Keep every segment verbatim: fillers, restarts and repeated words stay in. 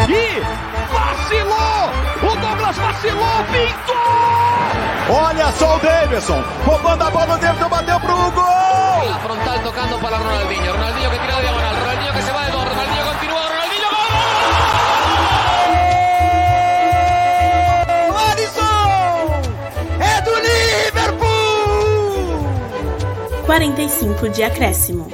E vacilou! O Douglas vacilou, pintou! Olha só o Davidson, roubando a bola, o Davidson bateu pro gol! La frontal tocando para Ronaldinho, Ronaldinho que tira de diagonal, Ronaldinho que se va de dos, Ronaldinho continúa, Ronaldinho, gol! Alisson! É do Liverpool! quarenta e cinco de acréscimo.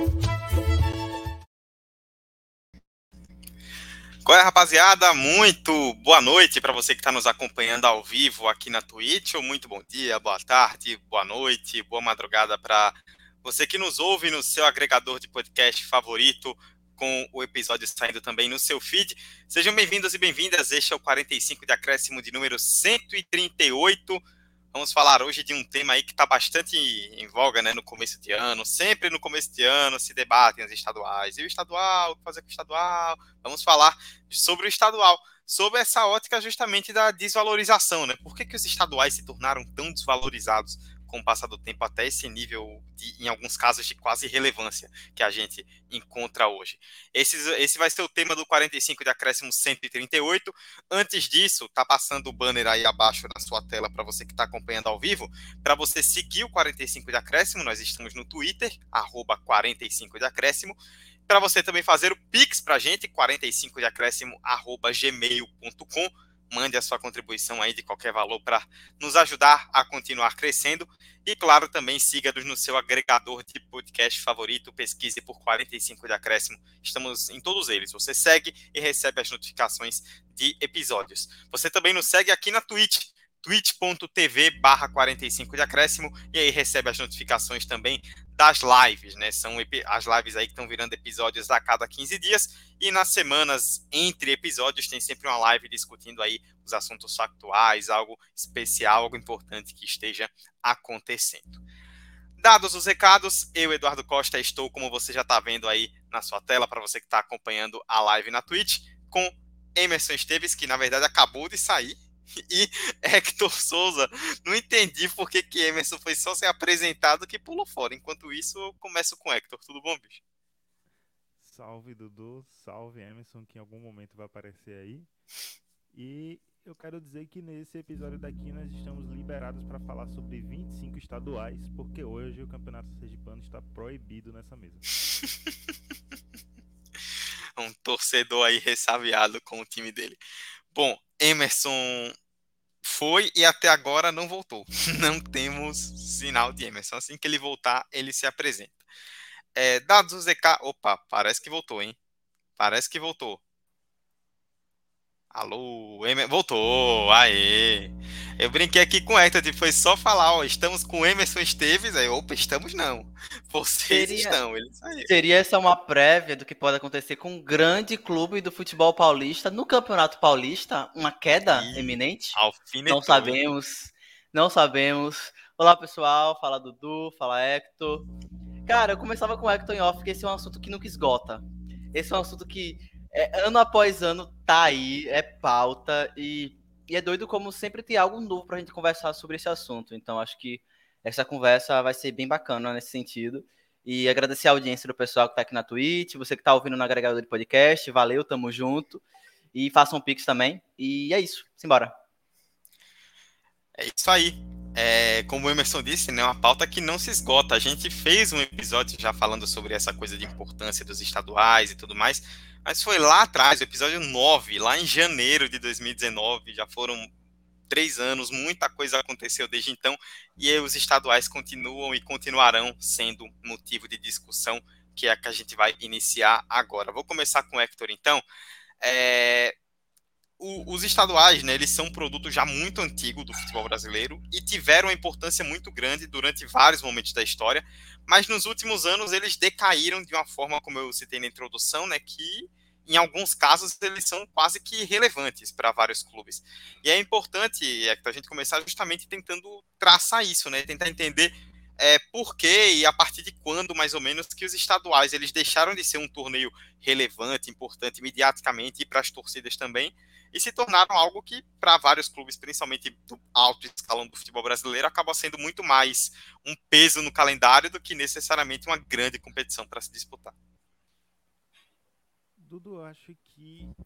Qual é, rapaziada? Muito boa noite para você que está nos acompanhando ao vivo aqui na Twitch, ou muito bom dia, boa tarde, boa noite, boa madrugada para você que nos ouve no seu agregador de podcast favorito, com o episódio saindo também no seu feed. Sejam bem-vindos e bem-vindas, este é o quarenta e cinco de acréscimo de número cento e trinta e oito. Vamos falar hoje de um tema aí que está bastante em voga, né, no começo de ano. Sempre no começo de ano se debatem as estaduais. E o estadual, o que fazer com o estadual? Vamos falar sobre o estadual, sobre essa ótica justamente da desvalorização, né? Por que que os estaduais se tornaram tão desvalorizados com o passar do tempo até esse nível, de, em alguns casos, de quase irrelevância que a gente encontra hoje? Esse, esse vai ser o tema do quarenta e cinco de acréscimo cento e trinta e oito. Antes disso, tá passando o banner aí abaixo na sua tela para você que está acompanhando ao vivo, para você seguir o quarenta e cinco de acréscimo. Nós estamos no Twitter, arroba quarenta e cinco de acréscimo. Para você também fazer o Pix para a gente, quarenta e cinco de acréscimo, arroba gmail ponto com. Mande a sua contribuição aí de qualquer valor para nos ajudar a continuar crescendo. E, claro, também siga-nos no seu agregador de podcast favorito. Pesquise por quarenta e cinco de acréscimo. Estamos em todos eles. Você segue e recebe as notificações de episódios. Você também nos segue aqui na Twitch, twitch ponto tv barra quarenta e cinco de acréscimo, e aí recebe as notificações também das lives, né? São as lives aí que estão virando episódios a cada quinze dias, e nas semanas entre episódios tem sempre uma live discutindo aí os assuntos factuais, algo especial, algo importante que esteja acontecendo. Dados os recados, eu, Eduardo Costa, estou, como você já está vendo aí na sua tela, para você que está acompanhando a live na Twitch, com Emerson Esteves, que na verdade acabou de sair, e Hector Souza. Não entendi por que que Emerson foi só ser apresentado que pulou fora. Enquanto isso, eu começo com Hector. Tudo bom, bicho? Salve, Dudu. Salve, Emerson, que em algum momento vai aparecer aí. E eu quero dizer que nesse episódio daqui nós estamos liberados para falar sobre vinte e cinco estaduais, porque hoje o Campeonato Sergipano está proibido nessa mesa. Um torcedor aí ressabiado com o time dele. Bom, Emerson foi e até agora não voltou. Não temos sinal de Emerson. Assim que ele voltar, ele se apresenta. É, dados os Z K... Opa, parece que voltou, hein? Parece que voltou. Alô, Emerson... Voltou, aê! Eu brinquei aqui com o Hector, tipo, foi só falar, ó, estamos com o Emerson Esteves, aí, opa, estamos não. Vocês Seria, estão, ele saiu. Seria essa uma prévia do que pode acontecer com um grande clube do futebol paulista no Campeonato Paulista? Uma queda Ih, iminente? alfinetou, Não sabemos, não sabemos. Olá, pessoal, fala Dudu, fala Hector. Cara, eu começava com o Hector em off, porque esse é um assunto que nunca esgota. Esse é um assunto que, é, ano após ano, tá aí, é pauta, e, e é doido como sempre tem algo novo pra gente conversar sobre esse assunto. Então, acho que essa conversa vai ser bem bacana nesse sentido. E agradecer a audiência do pessoal que tá aqui na Twitch, você que tá ouvindo no agregador de podcast, valeu, tamo junto. E façam um Pix também. E é isso, simbora. É isso aí. É, como o Emerson disse, né, uma pauta que não se esgota. A gente fez um episódio já falando sobre essa coisa de importância dos estaduais e tudo mais, mas foi lá atrás, o episódio nove, lá em janeiro de dois mil e dezenove, já foram três anos, muita coisa aconteceu desde então, e aí os estaduais continuam e continuarão sendo motivo de discussão, que é a que a gente vai iniciar agora. Vou começar com o Hector, então. É... O, os estaduais, né, eles são um produto já muito antigo do futebol brasileiro e tiveram uma importância muito grande durante vários momentos da história, mas nos últimos anos eles decaíram de uma forma, como eu citei na introdução, né, que em alguns casos eles são quase que irrelevantes para vários clubes. E é importante é, a gente começar justamente tentando traçar isso, né, tentar entender é, por que e a partir de quando, mais ou menos, que os estaduais eles deixaram de ser um torneio relevante, importante mediaticamente e para as torcidas também, e se tornaram algo que, para vários clubes, principalmente do alto escalão do futebol brasileiro, acaba sendo muito mais um peso no calendário do que necessariamente uma grande competição para se disputar. Dudu, eu acho que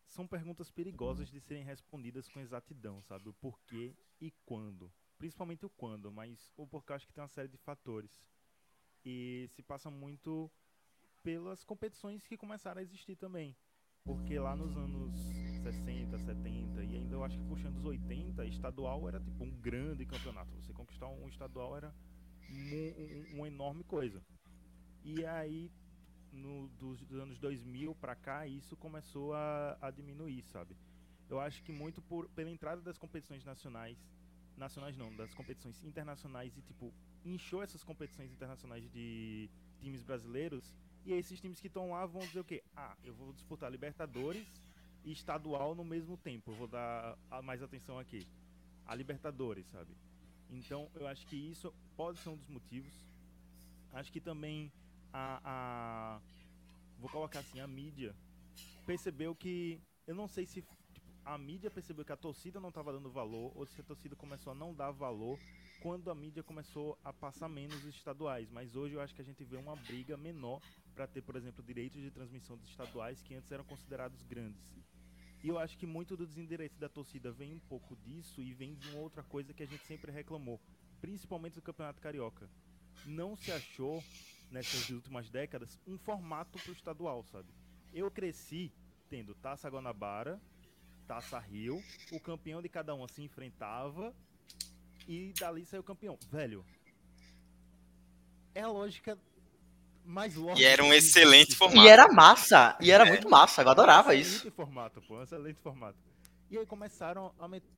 são perguntas perigosas de serem respondidas com exatidão, sabe? O porquê e quando. Principalmente o quando, mas o porquê eu acho que tem uma série de fatores. E se passa muito pelas competições que começaram a existir também. Porque lá nos anos sessenta, setenta e ainda eu acho que puxando os oitenta, estadual era tipo um grande campeonato. Você conquistar um estadual era um, um, uma enorme coisa. E aí, no, dos, dos anos dois mil pra cá, isso começou a, a diminuir, sabe? Eu acho que muito por, pela entrada das competições nacionais, nacionais não, das competições internacionais e tipo, inchou essas competições internacionais de times brasileiros. E aí esses times que estão lá vão dizer o quê? Ah, eu vou disputar Libertadores e estadual no mesmo tempo. Eu vou dar mais atenção aqui. A Libertadores, sabe? Então, eu acho que isso pode ser um dos motivos. Acho que também a... a vou colocar assim, a mídia percebeu que... Eu não sei se tipo, a mídia percebeu que a torcida não estava dando valor ou se a torcida começou a não dar valor quando a mídia começou a passar menos os estaduais. Mas hoje eu acho que a gente vê uma briga menor para ter, por exemplo, direitos de transmissão dos estaduais que antes eram considerados grandes. E eu acho que muito do desinteresse da torcida vem um pouco disso e vem de uma outra coisa que a gente sempre reclamou, principalmente do Campeonato Carioca. Não se achou, nessas últimas décadas, um formato para o estadual, sabe? Eu cresci tendo Taça Guanabara, Taça Rio, o campeão de cada uma se enfrentava e dali saiu o campeão. Velho, é a lógica mais lógica. E era um excelente formato. E era massa, e era é. muito massa, eu adorava excelente isso. Formato, pô, excelente formato. E aí começaram a meter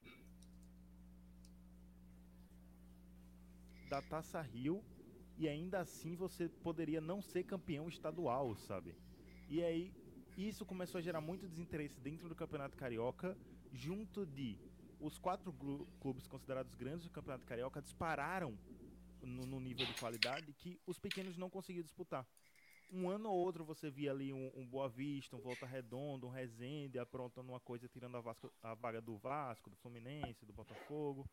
da Taça Rio e ainda assim você poderia não ser campeão estadual, sabe? E aí isso começou a gerar muito desinteresse dentro do Campeonato Carioca, junto de os quatro clubes considerados grandes do Campeonato Carioca dispararam no, no nível de qualidade que os pequenos não conseguiam disputar. Um ano ou outro você via ali um, um Boa Vista, um Volta Redonda, um Resende aprontando uma coisa, tirando a, Vasco, a vaga do Vasco, do Fluminense, do Botafogo.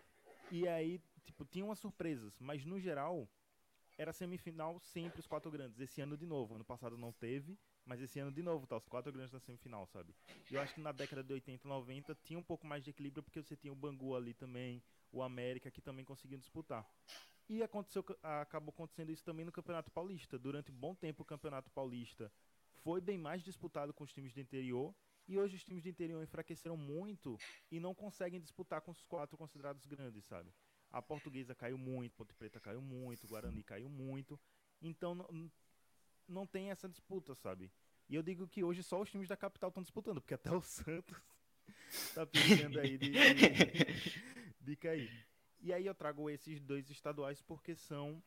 E aí, tipo, tinha umas surpresas, mas no geral era semifinal sempre os quatro grandes. Esse ano de novo, ano passado não teve, mas esse ano de novo tá os quatro grandes na semifinal, sabe? E eu acho que na década de oitenta, noventa tinha um pouco mais de equilíbrio porque você tinha o Bangu ali também, o América que também conseguiam disputar. E aconteceu, acabou acontecendo isso também no Campeonato Paulista. Durante um bom tempo o Campeonato Paulista foi bem mais disputado com os times do interior. E hoje os times do interior enfraqueceram muito e não conseguem disputar com os quatro considerados grandes, sabe? A Portuguesa caiu muito, Ponte Preta caiu muito, Guarani caiu muito. Então não, não tem essa disputa, sabe? E eu digo que hoje só os times da capital estão disputando, porque até o Santos tá perdendo aí de, de, de cair. E aí eu trago esses dois estaduais porque são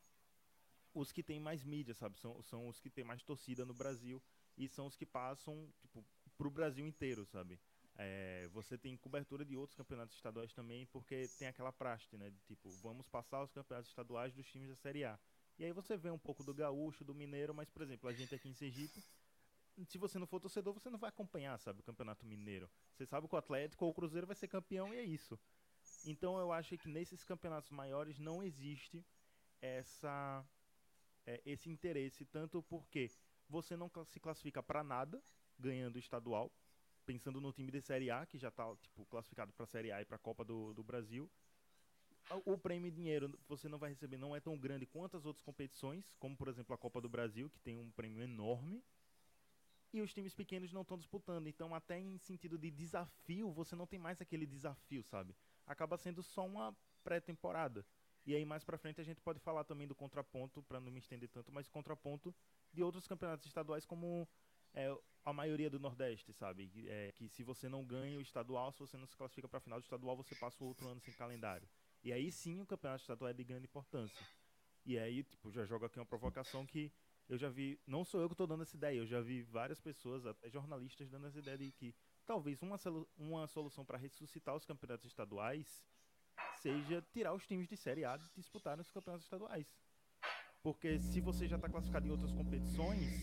os que têm mais mídia, sabe? São, são os que têm mais torcida no Brasil e são os que passam, tipo, pro Brasil inteiro, sabe? É, você tem cobertura de outros campeonatos estaduais também porque tem aquela praxe, né? De, tipo, vamos passar os campeonatos estaduais dos times da Série A. E aí você vê um pouco do gaúcho, do mineiro, mas, por exemplo, a gente aqui em Sergipe, se você não for torcedor, você não vai acompanhar, sabe, o Campeonato Mineiro. Você sabe que o Atlético ou o Cruzeiro vai ser campeão e é isso. Então eu acho que nesses campeonatos maiores não existe essa, é, esse interesse, tanto porque você não se classifica para nada ganhando o estadual, pensando no time de Série A, que já está tipo, classificado para a Série A e para a Copa do, do Brasil. O prêmio em dinheiro você não vai receber, não é tão grande quanto as outras competições, como por exemplo a Copa do Brasil, que tem um prêmio enorme. E os times pequenos não estão disputando, então até em sentido de desafio, você não tem mais aquele desafio, sabe? Acaba sendo só uma pré-temporada. E aí mais pra frente a gente pode falar também do contraponto, pra não me estender tanto, mas contraponto de outros campeonatos estaduais como é, a maioria do Nordeste, sabe? É, que se você não ganha o estadual, se você não se classifica pra final do estadual, você passa o outro ano sem calendário. E aí sim o campeonato estadual é de grande importância. E aí, tipo, já jogo aqui uma provocação que eu já vi, não sou eu que estou dando essa ideia, eu já vi várias pessoas, até jornalistas, dando essa ideia de que talvez uma, uma solução para ressuscitar os campeonatos estaduais seja tirar os times de Série A de disputarem os campeonatos estaduais. Porque se você já está classificado em outras competições,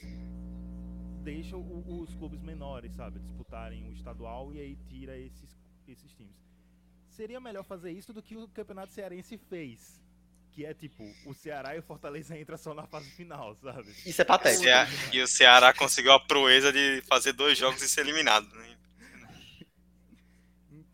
deixa o, os clubes menores, sabe, disputarem o estadual e aí tira esses, esses times. Seria melhor fazer isso do que o Campeonato Cearense fez. Que é tipo, o Ceará e o Fortaleza entram só na fase final, sabe? Isso é patético. E o Ceará conseguiu a proeza de fazer dois jogos e ser eliminado, né?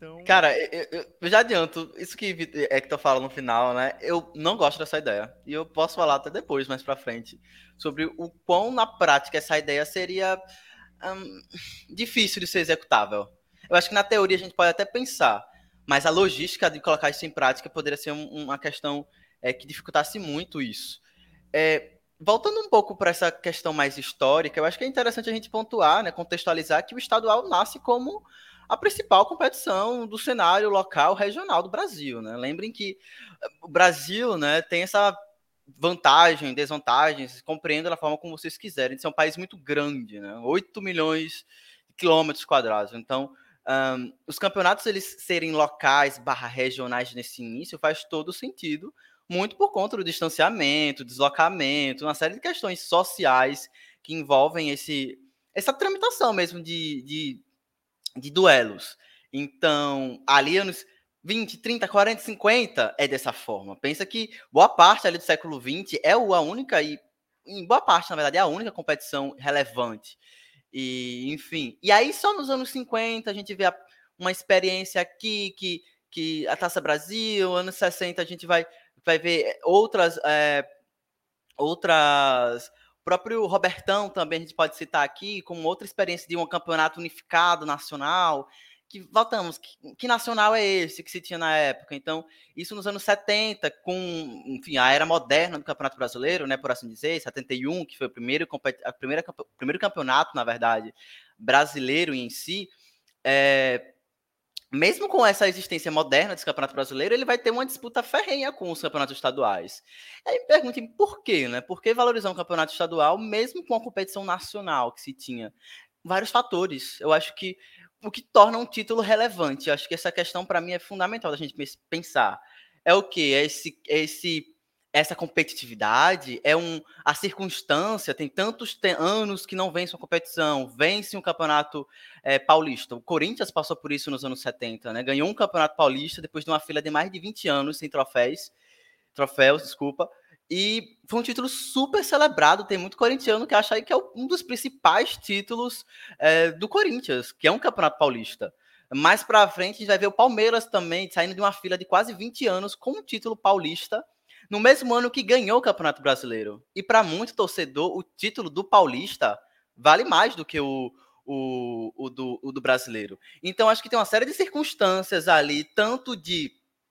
Então, Cara, eu, eu- eu já adianto, isso que Hector fala no final, né? Eu não gosto dessa ideia. E eu posso falar até depois, mais pra frente, sobre o quão na prática essa ideia seria hum, difícil de ser executável. Eu acho que na teoria a gente pode até pensar, mas a logística de colocar isso em prática poderia ser um- uma questão é, que dificultasse muito isso. É, voltando um pouco para essa questão mais histórica, eu acho que é interessante a gente pontuar, né, contextualizar que o estadual nasce como a principal competição do cenário local regional do Brasil, né? Lembrem que o Brasil, né, tem essa vantagem, desvantagens, compreenda da forma como vocês quiserem. Isso é um país muito grande, né? oito milhões de quilômetros quadrados. Então, um, os campeonatos eles serem locais barra regionais nesse início faz todo sentido, muito por conta do distanciamento, deslocamento, uma série de questões sociais que envolvem esse, essa tramitação mesmo de, de de duelos. Então, ali anos vinte, trinta, quarenta, cinquenta é dessa forma. Pensa que boa parte ali do século vinte é a única, e em boa parte, na verdade, é a única competição relevante. E, enfim. E aí, só nos anos cinquenta, a gente vê a, uma experiência aqui que, que a Taça Brasil, anos sessenta, a gente vai, vai ver outras. É, outras. O próprio Robertão também a gente pode citar aqui, como outra experiência de um campeonato unificado nacional. Que voltamos, que, que nacional é esse que se tinha na época? Então, isso nos anos setenta, com, enfim, a era moderna do Campeonato Brasileiro, né, por assim dizer, setenta e um, que foi o primeiro, a primeira, o primeiro campeonato, na verdade, brasileiro em si, é, mesmo com essa existência moderna desse Campeonato Brasileiro, ele vai ter uma disputa ferrenha com os campeonatos estaduais. Aí me perguntem por quê, né? Por que valorizar um campeonato estadual, mesmo com a competição nacional que se tinha? Vários fatores. Eu acho que o que torna um título relevante. Eu acho que essa questão, para mim, é fundamental da gente pensar. É o quê? É esse, é esse, essa competitividade? É um, a circunstância? Tem tantos te- anos que não vence uma competição, vence um campeonato é, paulista. O Corinthians passou por isso nos anos setenta, né? Ganhou um campeonato paulista depois de uma fila de mais de vinte anos sem troféus, troféus, desculpa. E foi um título super celebrado. Tem muito corintiano que acha aí que é um dos principais títulos é, do Corinthians, que é um campeonato paulista. Mais pra frente, a gente vai ver o Palmeiras também saindo de uma fila de quase vinte anos com um título paulista, no mesmo ano que ganhou o Campeonato Brasileiro. E para muito torcedor, o título do Paulista vale mais do que o, o, o, do, o do brasileiro. Então, acho que tem uma série de circunstâncias ali, tanto de.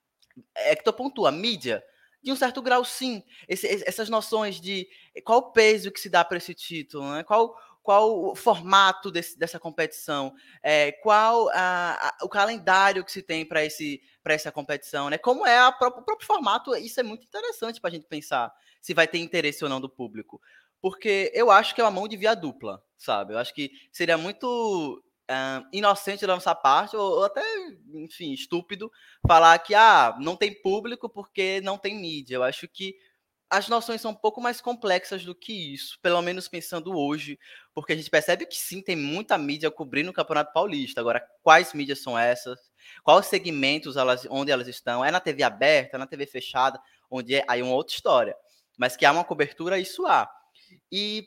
É que tu pontua, mídia. De um certo grau, sim. Esse, essas noções de qual o peso que se dá para esse título, né? Qual, qual o formato desse, dessa competição, é, qual a, a, o calendário que se tem para esse, para essa competição, né? Como é a próprio, o próprio formato, isso é muito interessante para a gente pensar se vai ter interesse ou não do público. Porque eu acho que é uma mão de via dupla, sabe? Eu acho que seria muito Uh, inocente da nossa parte, ou, ou até, enfim, estúpido, falar que ah, não tem público porque não tem mídia. Eu acho que as noções são um pouco mais complexas do que isso, pelo menos pensando hoje, porque a gente percebe que sim, tem muita mídia cobrindo o Campeonato Paulista. Agora, quais mídias são essas? Quais segmentos elas, onde elas estão? É na T V aberta, é na T V fechada, onde é aí é uma outra história. Mas que há uma cobertura, isso há. E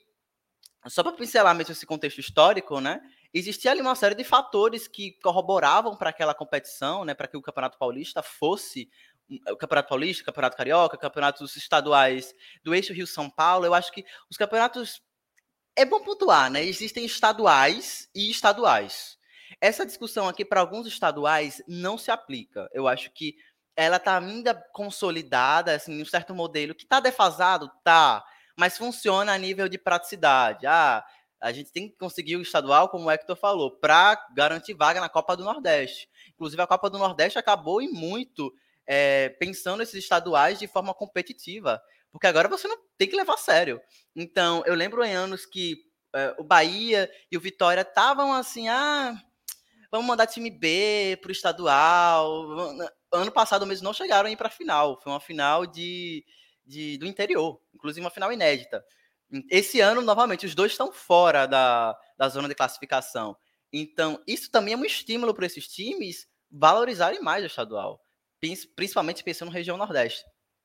só para pincelar mesmo esse contexto histórico, né? Existia ali uma série de fatores que corroboravam para aquela competição, né? Para que o Campeonato Paulista fosse o Campeonato Paulista, o Campeonato Carioca, campeonatos estaduais do eixo Rio-São Paulo. Eu acho que os campeonatos é bom pontuar, né? Existem estaduais e estaduais. Essa discussão aqui para alguns estaduais não se aplica. Eu acho que ela está ainda consolidada, assim, um certo modelo que está defasado, tá, mas funciona a nível de praticidade. Ah, a gente tem que conseguir o estadual, como o Hector falou, para garantir vaga na Copa do Nordeste. Inclusive, a Copa do Nordeste acabou em muito é, pensando esses estaduais de forma competitiva, porque agora você não tem que levar a sério. Então, eu lembro em anos que é, o Bahia e o Vitória estavam assim, ah, vamos mandar time B para o estadual. Ano passado mesmo não chegaram a ir para a final. Foi uma final de, de, do interior, inclusive uma final inédita. Esse ano, novamente, os dois estão fora da, da zona de classificação. Então, isso também é um estímulo para esses times valorizarem mais o estadual, principalmente pensando na região Nordeste.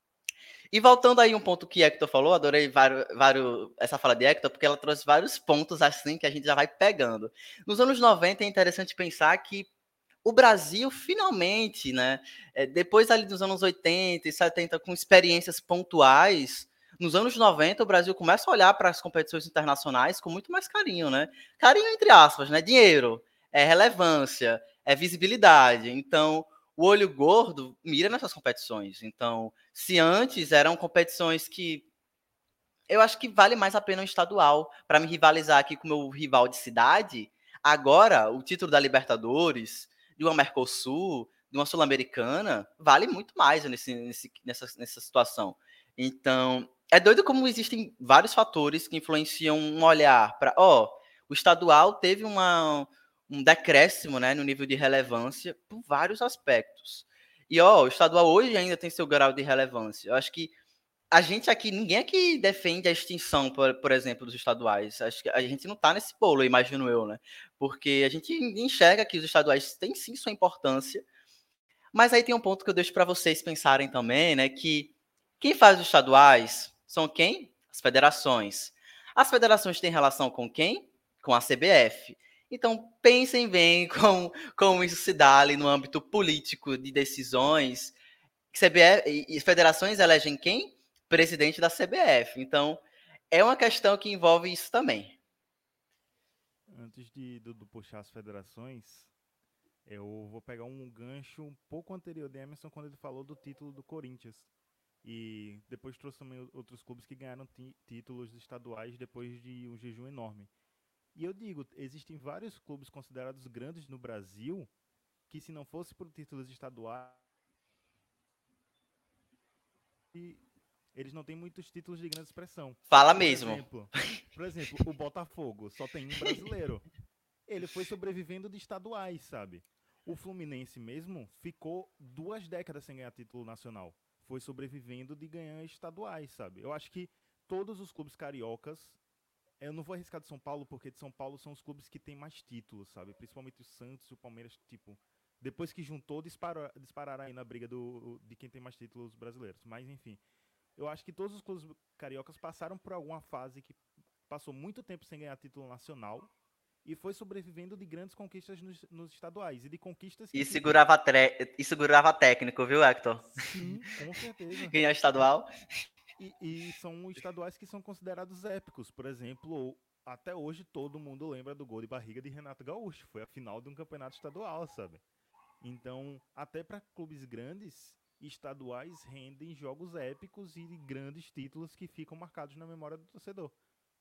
E voltando aí um ponto que Hector falou, adorei vários, vários, essa fala de Hector, porque ela trouxe vários pontos assim que a gente já vai pegando. Nos anos noventa é interessante pensar que o Brasil, finalmente, né, depois ali dos anos oitenta e setenta, com experiências pontuais, nos anos noventa, o Brasil começa a olhar para as competições internacionais com muito mais carinho, né? Carinho entre aspas, né? Dinheiro, é relevância, é visibilidade. Então, o olho gordo mira nessas competições. Então, se antes eram competições que eu acho que vale mais a pena um estadual para me rivalizar aqui com o meu rival de cidade, agora o título da Libertadores, de uma Mercosul, de uma Sul-Americana, vale muito mais nesse, nesse, nessa, nessa situação. Então, é doido como existem vários fatores que influenciam um olhar para, ó, oh, o estadual teve uma, um decréscimo, né, no nível de relevância por vários aspectos. E, ó, oh, o estadual hoje ainda tem seu grau de relevância. Eu acho que a gente aqui, ninguém aqui defende a extinção, por, por exemplo, dos estaduais. Acho que a gente não está nesse polo, imagino eu, né? Porque a gente enxerga que os estaduais têm sim sua importância, mas aí tem um ponto que eu deixo para vocês pensarem também, né? Que quem faz os estaduais são quem? As federações. As federações têm relação com quem? Com a C B F. Então, pensem bem como, como isso se dá ali no âmbito político de decisões. C B F, e federações elegem quem? Presidente da C B F. Então, é uma questão que envolve isso também. Antes de do, do puxar as federações, eu vou pegar um gancho um pouco anterior de Emerson, quando ele falou do título do Corinthians. E depois trouxe também outros clubes que ganharam títulos estaduais depois de um jejum enorme. E eu digo, existem vários clubes considerados grandes no Brasil que, se não fosse por títulos estaduais, eles não têm muitos títulos de grande expressão. Fala por mesmo. Exemplo, por exemplo, o Botafogo só tem um brasileiro. Ele foi sobrevivendo de estaduais, sabe? O Fluminense mesmo ficou duas décadas sem ganhar título nacional. Foi sobrevivendo de ganhar estaduais, sabe? Eu acho que todos os clubes cariocas... Eu não vou arriscar de São Paulo, porque de São Paulo são os clubes que têm mais títulos, sabe? Principalmente o Santos e o Palmeiras, tipo... Depois que juntou, disparou, dispararam aí na briga do, de quem tem mais títulos brasileiros. Mas, enfim... Eu acho que todos os clubes cariocas passaram por alguma fase que passou muito tempo sem ganhar título nacional e foi sobrevivendo de grandes conquistas nos, nos estaduais. E de conquistas que... E segurava, tre... e segurava técnico, viu, Hector? Sim, com certeza. Ganhar estadual. E, e são estaduais que são considerados épicos. Por exemplo, até hoje todo mundo lembra do gol de barriga de Renato Gaúcho. Foi a final de um campeonato estadual, sabe? Então, até para clubes grandes... estaduais rendem jogos épicos e grandes títulos que ficam marcados na memória do torcedor.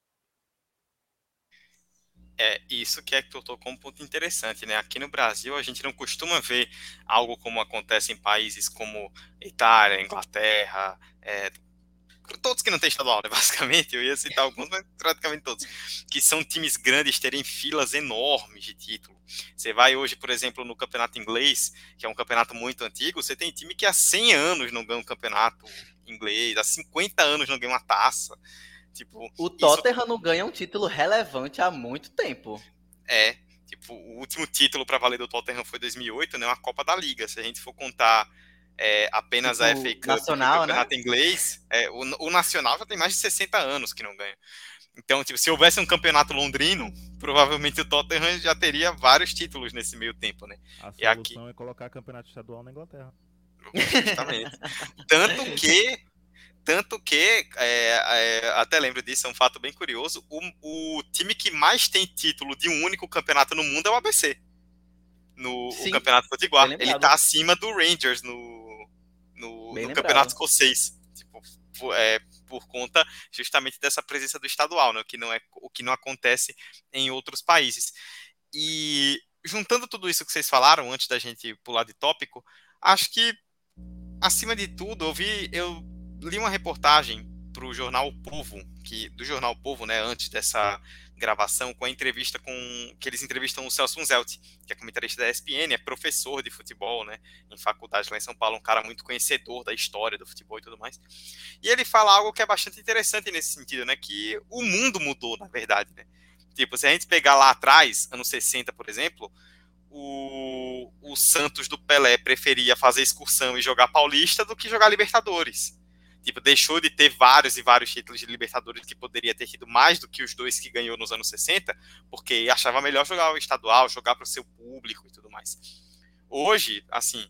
É, isso que é que tu tocou um ponto interessante, né? Aqui no Brasil a gente não costuma ver algo como acontece em países como Itália, Inglaterra, é, todos que não tem estadual, né? Basicamente, eu ia citar alguns, mas praticamente todos, que são times grandes terem filas enormes de título. Você vai hoje, por exemplo, no campeonato inglês, que é um campeonato muito antigo, você tem time que há cem anos não ganha um campeonato inglês, há cinquenta anos não ganha uma taça. Tipo, o Tottenham isso... não ganha um título relevante há muito tempo. É, tipo, o último título para valer do Tottenham foi dois mil e oito, né? Uma Copa da Liga. Se a gente for contar é, apenas tipo, a F A Cup nacional, do campeonato né? inglês, é, o, o nacional já tem mais de sessenta anos que não ganha. Então, tipo, se houvesse um campeonato londrino, provavelmente o Tottenham já teria vários títulos nesse meio tempo, né? A e aqui... solução é colocar campeonato estadual na Inglaterra. Justamente. Tanto que, tanto que é, é, até lembro disso, é um fato bem curioso, o, o time que mais tem título de um único campeonato no mundo é o A B C. No Sim, o campeonato potiguar. Ele está acima do Rangers no, no, no campeonato escocês. Tipo, é, por conta justamente dessa presença do estadual, né, o, que não é, o que não acontece em outros países. E juntando tudo isso que vocês falaram, antes da gente pular de tópico, acho que, acima de tudo, eu, vi, eu li uma reportagem para o jornal O Povo, que, do jornal O Povo, né, antes dessa gravação, com a entrevista com que eles entrevistam o Celso Unzelt, que é comentarista da E S P N, é professor de futebol, né, em faculdade lá em São Paulo, um cara muito conhecedor da história do futebol e tudo mais. E ele fala algo que é bastante interessante nesse sentido, né, que o mundo mudou, na verdade, né. Tipo, se a gente pegar lá atrás, anos sessenta, por exemplo, o, o Santos do Pelé preferia fazer excursão e jogar Paulista do que jogar Libertadores. Tipo, deixou de ter vários e vários títulos de Libertadores, que poderia ter tido mais do que os dois que ganhou nos anos sessenta, porque achava melhor jogar o estadual, jogar para o seu público e tudo mais. hoje, assim,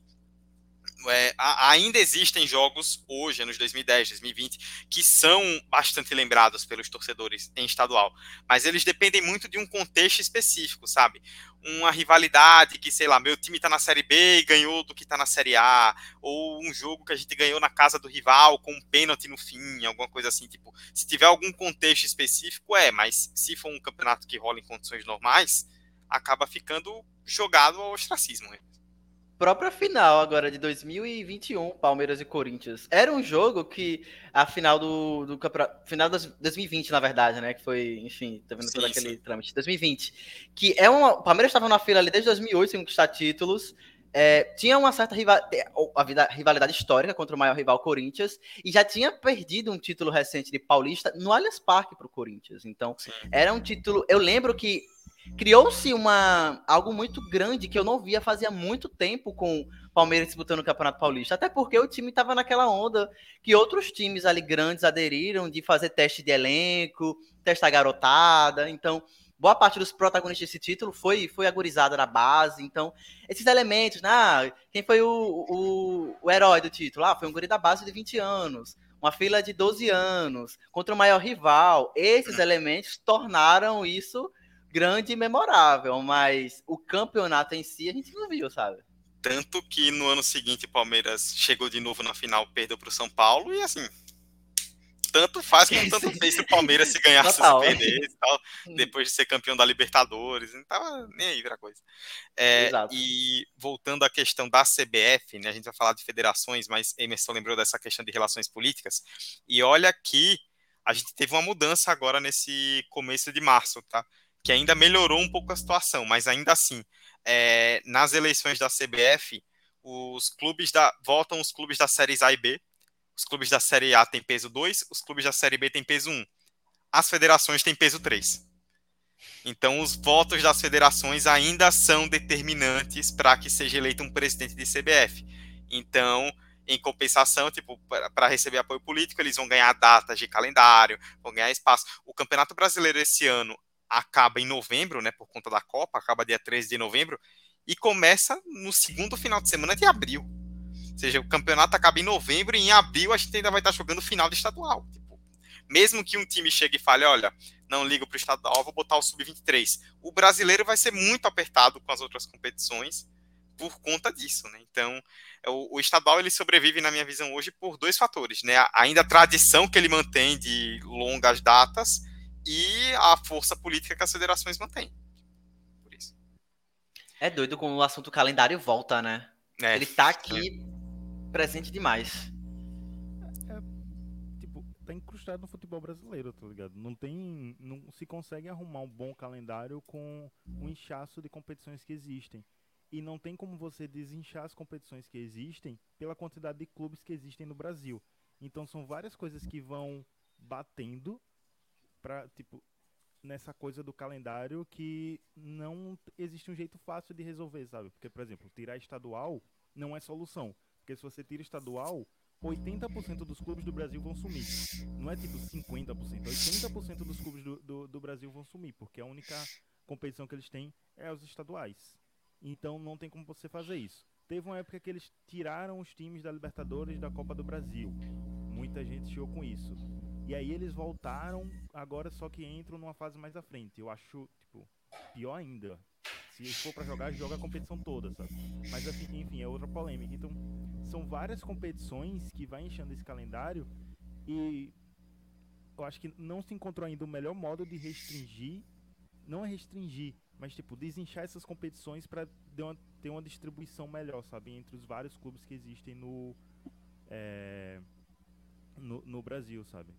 é, a, ainda existem jogos hoje, anos dois mil e dez, dois mil e vinte, que são bastante lembrados pelos torcedores em estadual, mas eles dependem muito de um contexto específico, sabe? Uma rivalidade que, sei lá, meu time tá na Série B e ganhou do que tá na Série A, ou um jogo que a gente ganhou na casa do rival com um pênalti no fim, alguma coisa assim, tipo, se tiver algum contexto específico, é, mas se for um campeonato que rola em condições normais, acaba ficando jogado ao ostracismo, né? Própria final agora de dois mil e vinte e um, Palmeiras e Corinthians. Era um jogo que a final do, do campeonato, final de dois mil e vinte, na verdade, né? Que foi, enfim, tá vendo Sim, todo aquele sim. trâmite. dois mil e vinte. Que é uma. O Palmeiras estava na fila ali desde dois mil e oito sem conquistar títulos. É, tinha uma certa rival, a rivalidade histórica contra o maior rival Corinthians e já tinha perdido um título recente de Paulista no Allianz Parque para o Corinthians. Então, Sim. era um título. Eu lembro que criou-se uma algo muito grande que eu não via fazia muito tempo com o Palmeiras disputando o Campeonato Paulista, até porque o time estava naquela onda que outros times ali grandes aderiram de fazer teste de elenco, testar garotada, então boa parte dos protagonistas desse título foi, foi agorizada na base, então esses elementos, ah, quem foi o, o, o herói do título? Ah, foi um guri da base de vinte anos, uma fila de doze anos, contra o maior rival, esses elementos tornaram isso grande e memorável, mas o campeonato em si a gente não viu, sabe? Tanto que no ano seguinte o Palmeiras chegou de novo na final, perdeu para o São Paulo e assim, tanto faz como tanto fez se o Palmeiras se ganhasse, Total. se perdesse e tal, depois de ser campeão da Libertadores, não tava nem aí pra coisa. É, Exato. e voltando à questão da C B F, né, a gente vai falar de federações, mas Emerson lembrou dessa questão de relações políticas, e olha que a gente teve uma mudança agora nesse começo de março, tá? Que ainda melhorou um pouco a situação, mas ainda assim, é, nas eleições da C B F, os clubes da votam os clubes da séries A e B, os clubes da Série A têm peso dois, os clubes da Série B têm peso um. As federações têm peso três. Então, os votos das federações ainda são determinantes para que seja eleito um presidente de C B F. Então, em compensação, tipo, para receber apoio político, eles vão ganhar datas de calendário, vão ganhar espaço. O Campeonato Brasileiro esse ano acaba em novembro, né, por conta da Copa, acaba dia treze de novembro, e começa no segundo final de semana de abril. Ou seja, o campeonato acaba em novembro e em abril a gente ainda vai estar jogando o final de estadual. Tipo, mesmo que um time chegue e fale, olha, não ligo para o estadual, vou botar o sub vinte e três. O brasileiro vai ser muito apertado com as outras competições por conta disso, né? Então, o, o estadual ele sobrevive, na minha visão, hoje por dois fatores, né? Ainda a tradição que ele mantém de longas datas e a força política que as federações mantêm. Por isso. É doido como o assunto calendário volta, né? É, Ele tá aqui é. presente demais. É, tipo, tá incrustado no futebol brasileiro, tá ligado? Não tem, não se consegue arrumar um bom calendário com um inchaço de competições que existem. E não tem como você desinchar as competições que existem pela quantidade de clubes que existem no Brasil. Então são várias coisas que vão batendo pra, tipo, nessa coisa do calendário que não existe um jeito fácil de resolver, sabe? Porque, por exemplo, tirar estadual não é solução. Porque se você tira estadual, oitenta por cento dos clubes do Brasil vão sumir. Não é tipo cinquenta por cento, oitenta por cento dos clubes do, do, do Brasil vão sumir, porque a única competição que eles têm é os estaduais. Então não tem como você fazer isso. Teve uma época que eles tiraram os times da Libertadores e da Copa do Brasil. Muita gente chegou com isso. E aí eles voltaram, agora só que entram numa fase mais à frente. Eu acho, tipo, pior ainda. Se for pra jogar, joga a competição toda, sabe? Mas assim, enfim, é outra polêmica. Então, são várias competições que vai enchendo esse calendário e eu acho que não se encontrou ainda o melhor modo de restringir, não é restringir, mas tipo, desinchar essas competições pra ter uma, ter uma distribuição melhor, sabe? Entre os vários clubes que existem no, é, no, no Brasil, sabe?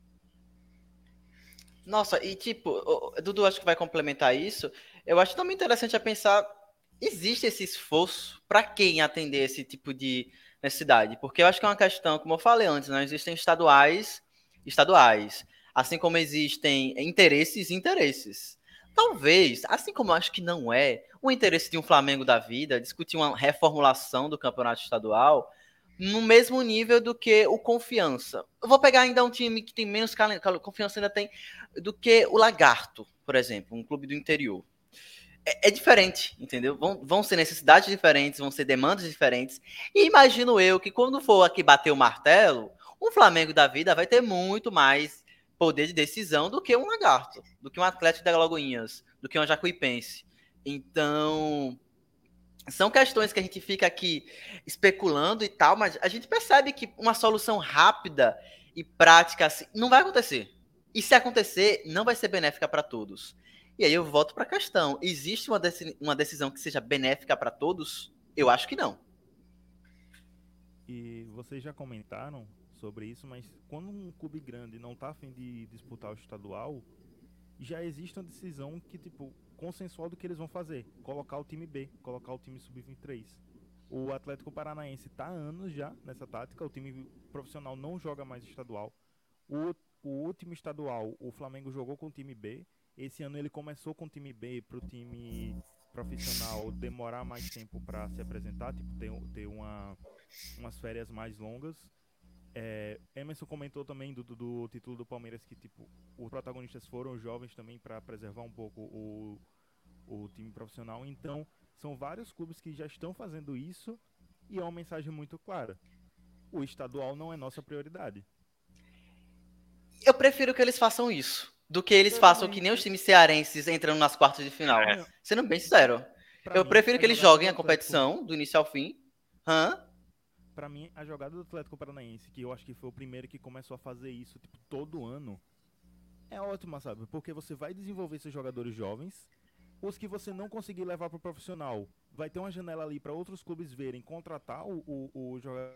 Nossa, e tipo, o Dudu acho que vai complementar isso. Eu acho também interessante a pensar, existe esse esforço para quem atender esse tipo de necessidade? Porque eu acho que é uma questão, como eu falei antes, né? Existem estaduais, estaduais, assim como existem interesses e interesses. Talvez, assim como eu acho que não é o interesse de um Flamengo da vida discutir uma reformulação do campeonato estadual no mesmo nível do que o Confiança. Eu vou pegar ainda um time que tem menos confiança ainda tem do que o Lagarto, por exemplo, um clube do interior. é, é diferente, entendeu? Vão, vão ser necessidades diferentes, vão ser demandas diferentes. E imagino eu que quando for aqui bater o martelo, um Flamengo da vida vai ter muito mais poder de decisão do que um Lagarto, do que um Atlético de Alagoinhas, do que um Jacuipense. Então, são questões que a gente fica aqui especulando e tal, mas a gente percebe que uma solução rápida e prática assim, não vai acontecer. E se acontecer, não vai ser benéfica para todos. E aí eu volto para a questão. Existe uma, deci- uma decisão que seja benéfica para todos? Eu acho que não. E vocês já comentaram sobre isso, mas quando um clube grande não tá a fim de disputar o estadual, já existe uma decisão que, tipo, consensual do que eles vão fazer. Colocar o time B, colocar o time sub vinte e três. O Atlético Paranaense tá há anos já nessa tática, o time profissional não joga mais estadual. O, o último estadual, o Flamengo jogou com o time B. Esse ano ele começou com o time B para o time profissional demorar mais tempo para se apresentar, tipo, ter, ter uma, umas férias mais longas. É, Emerson comentou também do, do, do título do Palmeiras que, tipo, os protagonistas foram os jovens também para preservar um pouco o, o time profissional. Então, são vários clubes que já estão fazendo isso e é uma mensagem muito clara. O estadual não é nossa prioridade. Eu prefiro que eles façam isso do que eles façam que nem os times cearenses entrando nas quartas de final. É. Sendo bem sincero. Pra Eu mim, prefiro que a eles jogada joguem do a Atlético- competição do início ao fim. Hã? Pra mim, a jogada do Atlético Paranaense, que eu acho que foi o primeiro que começou a fazer isso, tipo, todo ano, é ótima, sabe? Porque você vai desenvolver esses jogadores jovens, os que você não conseguir levar pro profissional, vai ter uma janela ali pra outros clubes verem, contratar o, o, o jogador.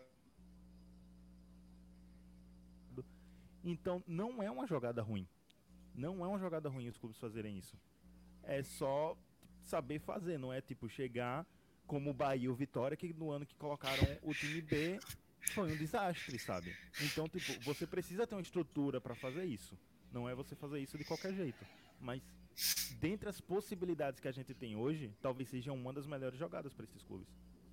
Então, não é uma jogada ruim. Não é uma jogada ruim os clubes fazerem isso. É só saber fazer, não é tipo chegar como o Bahia e o Vitória, que no ano que colocaram o time B foi um desastre, sabe? Então, tipo, você precisa ter uma estrutura pra fazer isso. Não é você fazer isso de qualquer jeito. Mas, dentre as possibilidades que a gente tem hoje, talvez seja uma das melhores jogadas pra esses clubes.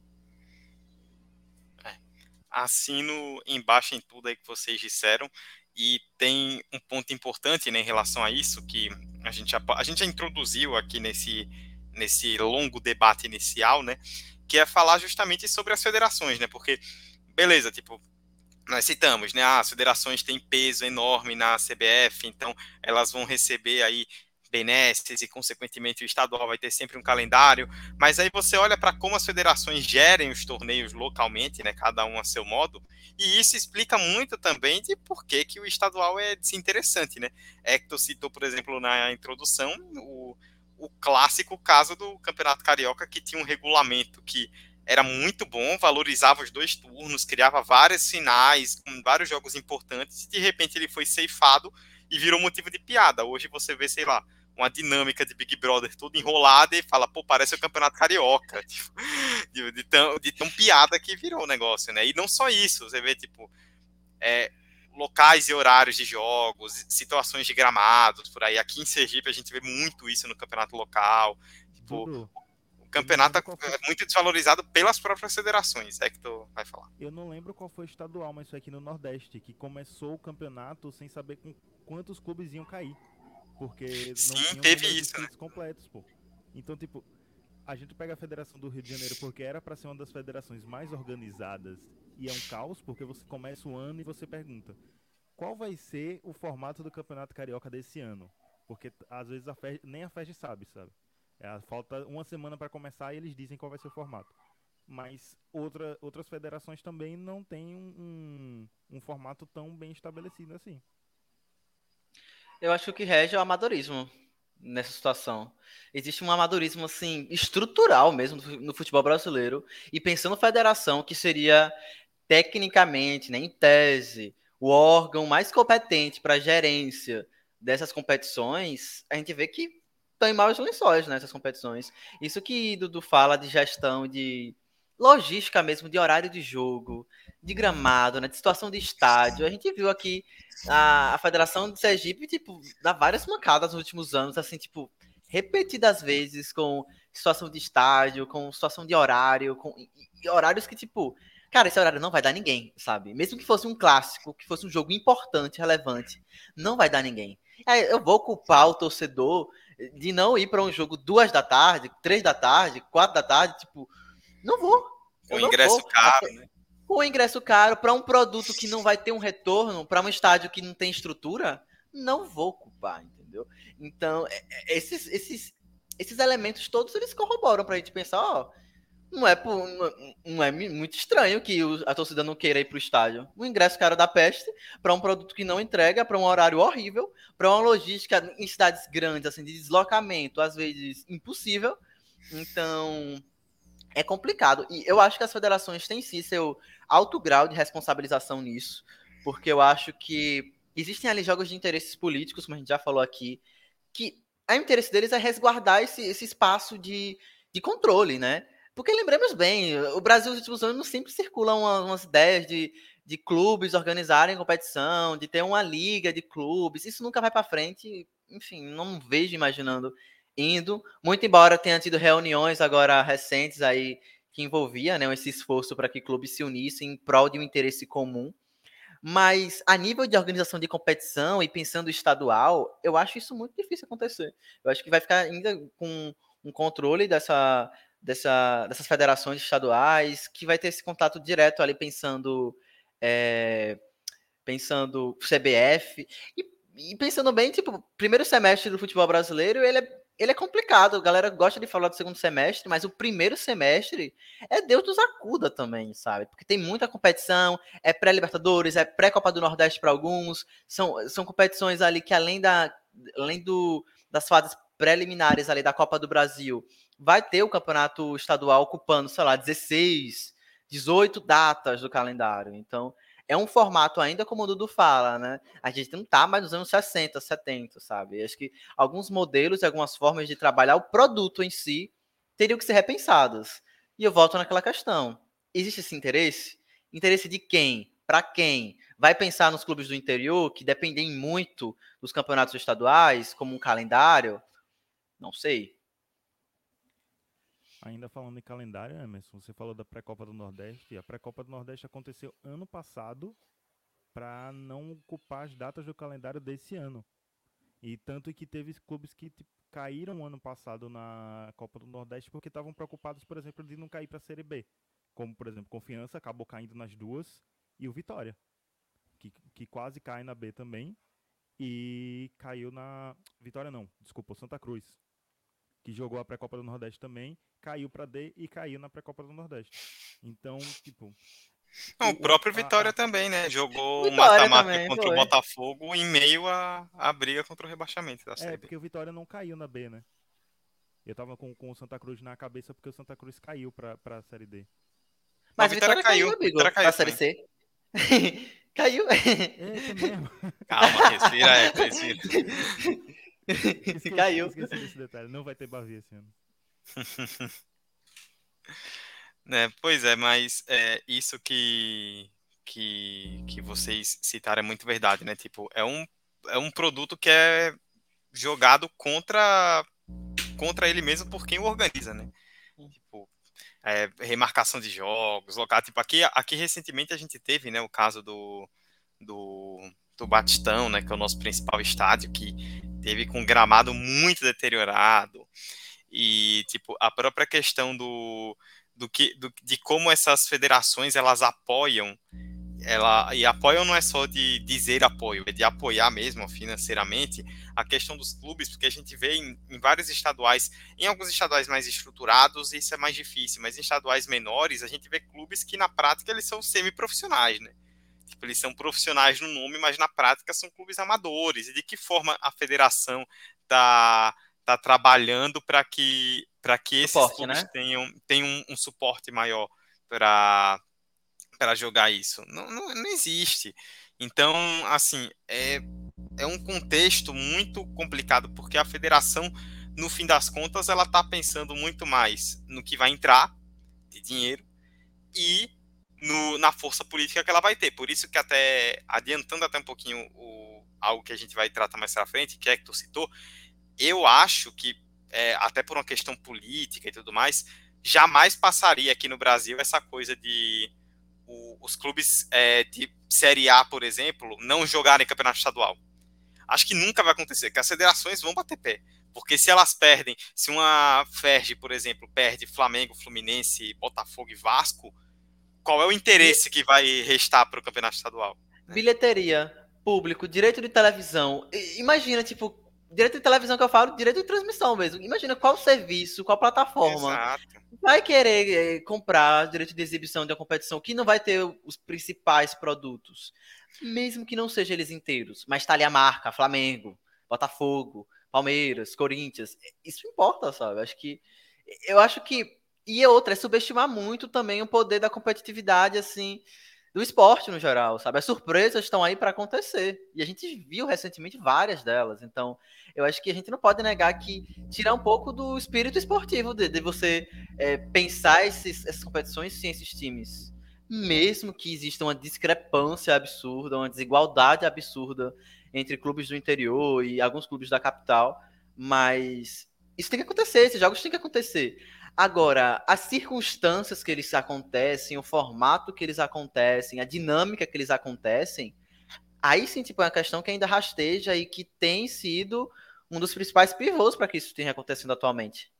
Assino embaixo em tudo aí que vocês disseram. E tem um ponto importante, né, em relação a isso, que a gente já, a gente já introduziu aqui nesse, nesse longo debate inicial, né, que é falar justamente sobre as federações, né, porque, beleza, tipo, nós citamos, né, ah, as federações têm peso enorme na C B F, então elas vão receber aí benesses e, consequentemente, o estadual vai ter sempre um calendário, mas aí você olha para como as federações gerem os torneios localmente, né, cada um a seu modo, e isso explica muito também de por que, que o estadual é desinteressante, né? Hector citou, por exemplo, na introdução, o, o clássico caso do Campeonato Carioca, que tinha um regulamento que era muito bom, valorizava os dois turnos, criava várias finais, com vários jogos importantes, e de repente ele foi ceifado e virou motivo de piada. Hoje você vê, sei lá, uma dinâmica de Big Brother toda enrolada e fala, pô, parece o Campeonato Carioca, tipo, de, de, tão, de tão piada que virou o negócio, né? E não só isso, você vê, tipo, é, locais e horários de jogos, situações de gramados, por aí. Aqui em Sergipe a gente vê muito isso no campeonato local, tipo, Dudu, o campeonato qual foi- é muito desvalorizado pelas próprias federações, é que tu vai falar. eu não lembro qual foi o estadual, mas foi aqui no Nordeste, que começou o campeonato sem saber com quantos clubes iam cair. Porque não Sim, tinham teve números isso, né? inscritos completos, pô. Então, tipo, a gente pega a Federação do Rio de Janeiro porque era pra ser uma das federações mais organizadas e é um caos, porque você começa o ano e você pergunta qual vai ser o formato do Campeonato Carioca desse ano? Porque t- às vezes a F E G, nem a F E G sabe, sabe? É, falta uma semana pra começar e eles dizem qual vai ser o formato. Mas outra, outras federações também não têm um, um, um formato tão bem estabelecido assim. Eu acho que o que rege é o amadorismo nessa situação. Existe um amadorismo, assim, estrutural mesmo no futebol brasileiro. E pensando federação, que seria, tecnicamente, né, em tese, o órgão mais competente para a gerência dessas competições, a gente vê que estão em maus lençóis nessas competições. Isso que Dudu fala de gestão de logística mesmo, de horário de jogo, de gramado, né, de situação de estádio. A gente viu aqui a, a Federação de Sergipe, tipo, dá várias mancadas nos últimos anos, assim, tipo, repetidas vezes com situação de estádio, com situação de horário, com e, e horários que, tipo, cara, esse horário não vai dar ninguém, sabe? Mesmo que fosse um clássico, que fosse um jogo importante, relevante, não vai dar ninguém. Aí eu vou culpar o torcedor De não ir para um jogo duas da tarde, três da tarde, quatro da tarde, tipo, não vou. Com ingresso vou. caro, Até, né? Com ingresso caro, para um produto que não vai ter um retorno, para um estádio que não tem estrutura, não vou culpar, entendeu? Então, esses, esses, esses elementos todos, eles corroboram para a gente pensar, ó, não é, por, não, não é muito estranho que a torcida não queira ir para o estádio. O ingresso caro da peste, para um produto que não entrega, para um horário horrível, para uma logística em cidades grandes, assim, de deslocamento, às vezes impossível. Então, é complicado. E eu acho que as federações têm sim seu alto grau de responsabilização nisso, porque eu acho que existem ali jogos de interesses políticos, como a gente já falou aqui, que o interesse deles é resguardar esse, esse espaço de, de controle, né? Porque lembremos bem, o Brasil nos últimos anos sempre circulam umas, umas ideias de, de clubes organizarem competição, de ter uma liga de clubes, isso nunca vai para frente, enfim, não vejo imaginando indo, muito embora tenha tido reuniões agora recentes aí que envolvia, né, esse esforço para que clubes se unissem em prol de um interesse comum, mas a nível de organização de competição e pensando estadual, eu acho isso muito difícil acontecer. Eu acho que vai ficar ainda com um controle dessa, dessa, dessas federações estaduais, que vai ter esse contato direto ali pensando, é, pensando C B F, e, e pensando bem, tipo, primeiro semestre do futebol brasileiro, ele é ele é complicado, a galera gosta de falar do segundo semestre, mas o primeiro semestre é Deus nos acuda também, sabe? Porque tem muita competição, é pré-Libertadores, é pré-Copa do Nordeste para alguns, são, são competições ali que além, da, além do, das fases preliminares ali da Copa do Brasil, vai ter o campeonato estadual ocupando, sei lá, dezesseis, dezoito datas do calendário. Então, é um formato ainda como o Dudu fala, né? A gente não tá mais nos anos sessenta, setenta, sabe? Eu acho que alguns modelos e algumas formas de trabalhar o produto em si teriam que ser repensados. E eu volto naquela questão. Existe esse interesse? Interesse de quem? Para quem? Vai pensar nos clubes do interior que dependem muito dos campeonatos estaduais, como um calendário? Não sei. Ainda falando em calendário, Emerson, você falou da pré-copa do Nordeste. A pré-copa do Nordeste aconteceu ano passado para não ocupar as datas do calendário desse ano. E tanto que teve clubes que tipo, caíram ano passado na Copa do Nordeste porque estavam preocupados, por exemplo, de não cair para a Série B. Como, por exemplo, Confiança acabou caindo nas duas e o Vitória, que, que quase cai na B também e caiu na... Vitória não, desculpa, o Santa Cruz, que jogou a pré-copa do Nordeste também, caiu para D e caiu na pré-copa do Nordeste. Então, tipo... Não, o próprio Vitória a, a... também, né? Jogou o mata-mata contra foi. o Botafogo em meio à, à briga contra o rebaixamento da Série É, B. porque o Vitória não caiu na B, né? Eu tava com, com o Santa Cruz na cabeça porque o Santa Cruz caiu pra, pra Série D. Mas a Vitória, Vitória caiu, caiu, Vitória caiu pra Série C. Caiu. É, mesmo. Calma, respira, é, respira. Esqueci, caiu. Esqueci desse detalhe. Não vai ter Bavi esse ano. É, pois é, mas é, isso que, que, que vocês citaram é muito verdade, né? Tipo, é um, é um produto que é jogado contra, contra ele mesmo por quem o organiza, né? Tipo, é, remarcação de jogos, local. Tipo, aqui, aqui recentemente a gente teve, né, o caso do, do, do Batistão, né? Que é o nosso principal estádio, que teve com gramado muito deteriorado. E, tipo, a própria questão do... Do que, do, de como essas federações elas apoiam ela, e apoiam não é só de dizer apoio, é de apoiar mesmo financeiramente a questão dos clubes, porque a gente vê em, em vários estaduais, em alguns estaduais mais estruturados isso é mais difícil, mas em estaduais menores a gente vê clubes que na prática eles são semi-profissionais, né? Tipo, eles são profissionais no nome, mas na prática são clubes amadores. E de que forma a federação está tá trabalhando para que para que esses suporte, clubes né? tenham, tenham um, um suporte maior para para jogar isso? Não, não, não existe. Então, assim, é, é um contexto muito complicado, porque a federação, no fim das contas, ela está pensando muito mais no que vai entrar de dinheiro e no, na força política que ela vai ter. Por isso que até, adiantando até um pouquinho o, algo que a gente vai tratar mais pra frente, que é que tu citou, eu acho que É, até por uma questão política e tudo mais, jamais passaria aqui no Brasil essa coisa de o, os clubes é, de Série A, por exemplo, não jogarem campeonato estadual. Acho que nunca vai acontecer, que as federações vão bater pé, Porque se elas perdem, se uma Ferg, por exemplo, perde Flamengo, Fluminense, Botafogo e Vasco, qual é o interesse que vai restar para o campeonato estadual? Bilheteria, público, direito de televisão. Imagina, tipo, direito de televisão que eu falo, direito de transmissão mesmo. Imagina qual serviço, qual plataforma Exato. Vai querer é, comprar direito de exibição de uma competição que não vai ter os principais produtos. Mesmo que não sejam eles inteiros. Mas tá ali a marca, Flamengo, Botafogo, Palmeiras, Corinthians. Isso importa, sabe? Acho que... Eu acho que... E outra, é subestimar muito também o poder da competitividade, assim... do esporte no geral, sabe? As surpresas estão aí para acontecer. E a gente viu recentemente várias delas. Então, eu acho que a gente não pode negar que tirar um pouco do espírito esportivo de, de você é, pensar esses, essas competições sem esses times. Mesmo que exista uma discrepância absurda, uma desigualdade absurda entre clubes do interior e alguns clubes da capital. Mas isso tem que acontecer, esses jogos têm que acontecer. Agora, as circunstâncias que eles acontecem, o formato que eles acontecem, a dinâmica que eles acontecem, aí sim, tipo, é uma questão que ainda rasteja e que tem sido um dos principais pivôs para que isso tenha acontecendo atualmente.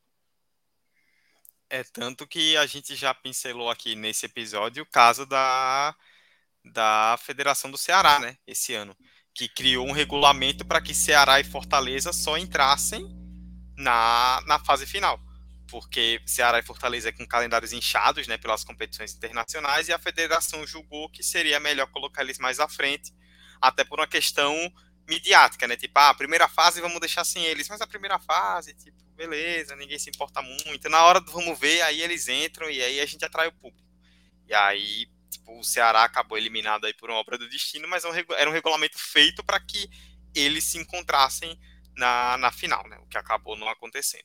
É tanto que a gente já pincelou aqui nesse episódio o caso da, da Federação do Ceará, né, esse ano, que criou um regulamento para que Ceará e Fortaleza só entrassem na, na fase final. Porque Ceará e Fortaleza com calendários inchados, né, pelas competições internacionais, e a federação julgou que seria melhor colocar eles mais à frente, até por uma questão midiática, né, tipo, ah, a primeira fase vamos deixar sem eles, mas a primeira fase, tipo, beleza, ninguém se importa muito, na hora do vamos ver, aí eles entram e aí a gente atrai o público. E aí, tipo, o Ceará acabou eliminado aí por uma obra do destino, mas era um regulamento feito para que eles se encontrassem na, na final, né, o que acabou não acontecendo.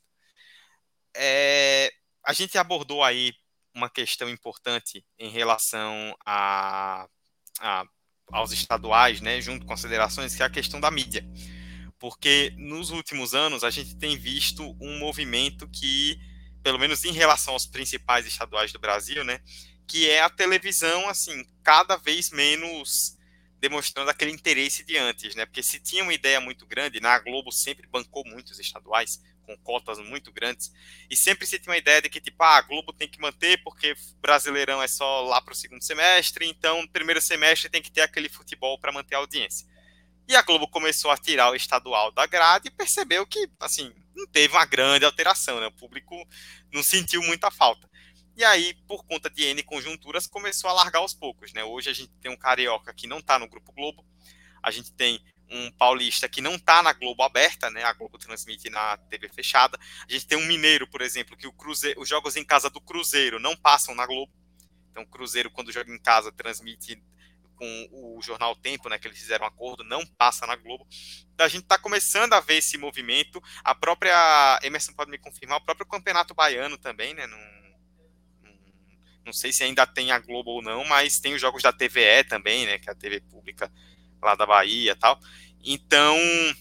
É, a gente abordou aí uma questão importante em relação a, a, aos estaduais, né, junto com as federações, que é a questão da mídia. Porque nos últimos anos a gente tem visto um movimento que, pelo menos em relação aos principais estaduais do Brasil, né, que é a televisão, assim, cada vez menos demonstrando aquele interesse de antes, né, porque se tinha uma ideia muito grande, na Globo sempre bancou muitos estaduais, com cotas muito grandes, e sempre se tinha uma ideia de que, tipo, ah, a Globo tem que manter porque Brasileirão é só lá para o segundo semestre, então no primeiro semestre tem que ter aquele futebol para manter a audiência. E a Globo começou a tirar o estadual da grade e percebeu que, assim, não teve uma grande alteração, né? O público não sentiu muita falta. E aí, por conta de N conjunturas, começou a largar aos poucos, né? Hoje a gente tem um carioca que não está no Grupo Globo, a gente tem um paulista que não está na Globo aberta, né? A Globo transmite na T V fechada. A gente tem um mineiro, por exemplo, que o Cruzeiro, os jogos em casa do Cruzeiro não passam na Globo. Então o Cruzeiro, quando joga em casa, transmite com o jornal Tempo, né? Que eles fizeram um acordo, não passa na Globo. Então a gente está começando a ver esse movimento. A própria, Emerson pode me confirmar, o próprio Campeonato Baiano também, né? Não, não, não sei se ainda tem a Globo ou não, mas tem os jogos da T V E também, né? Que é a T V pública lá da Bahia e tal. Então,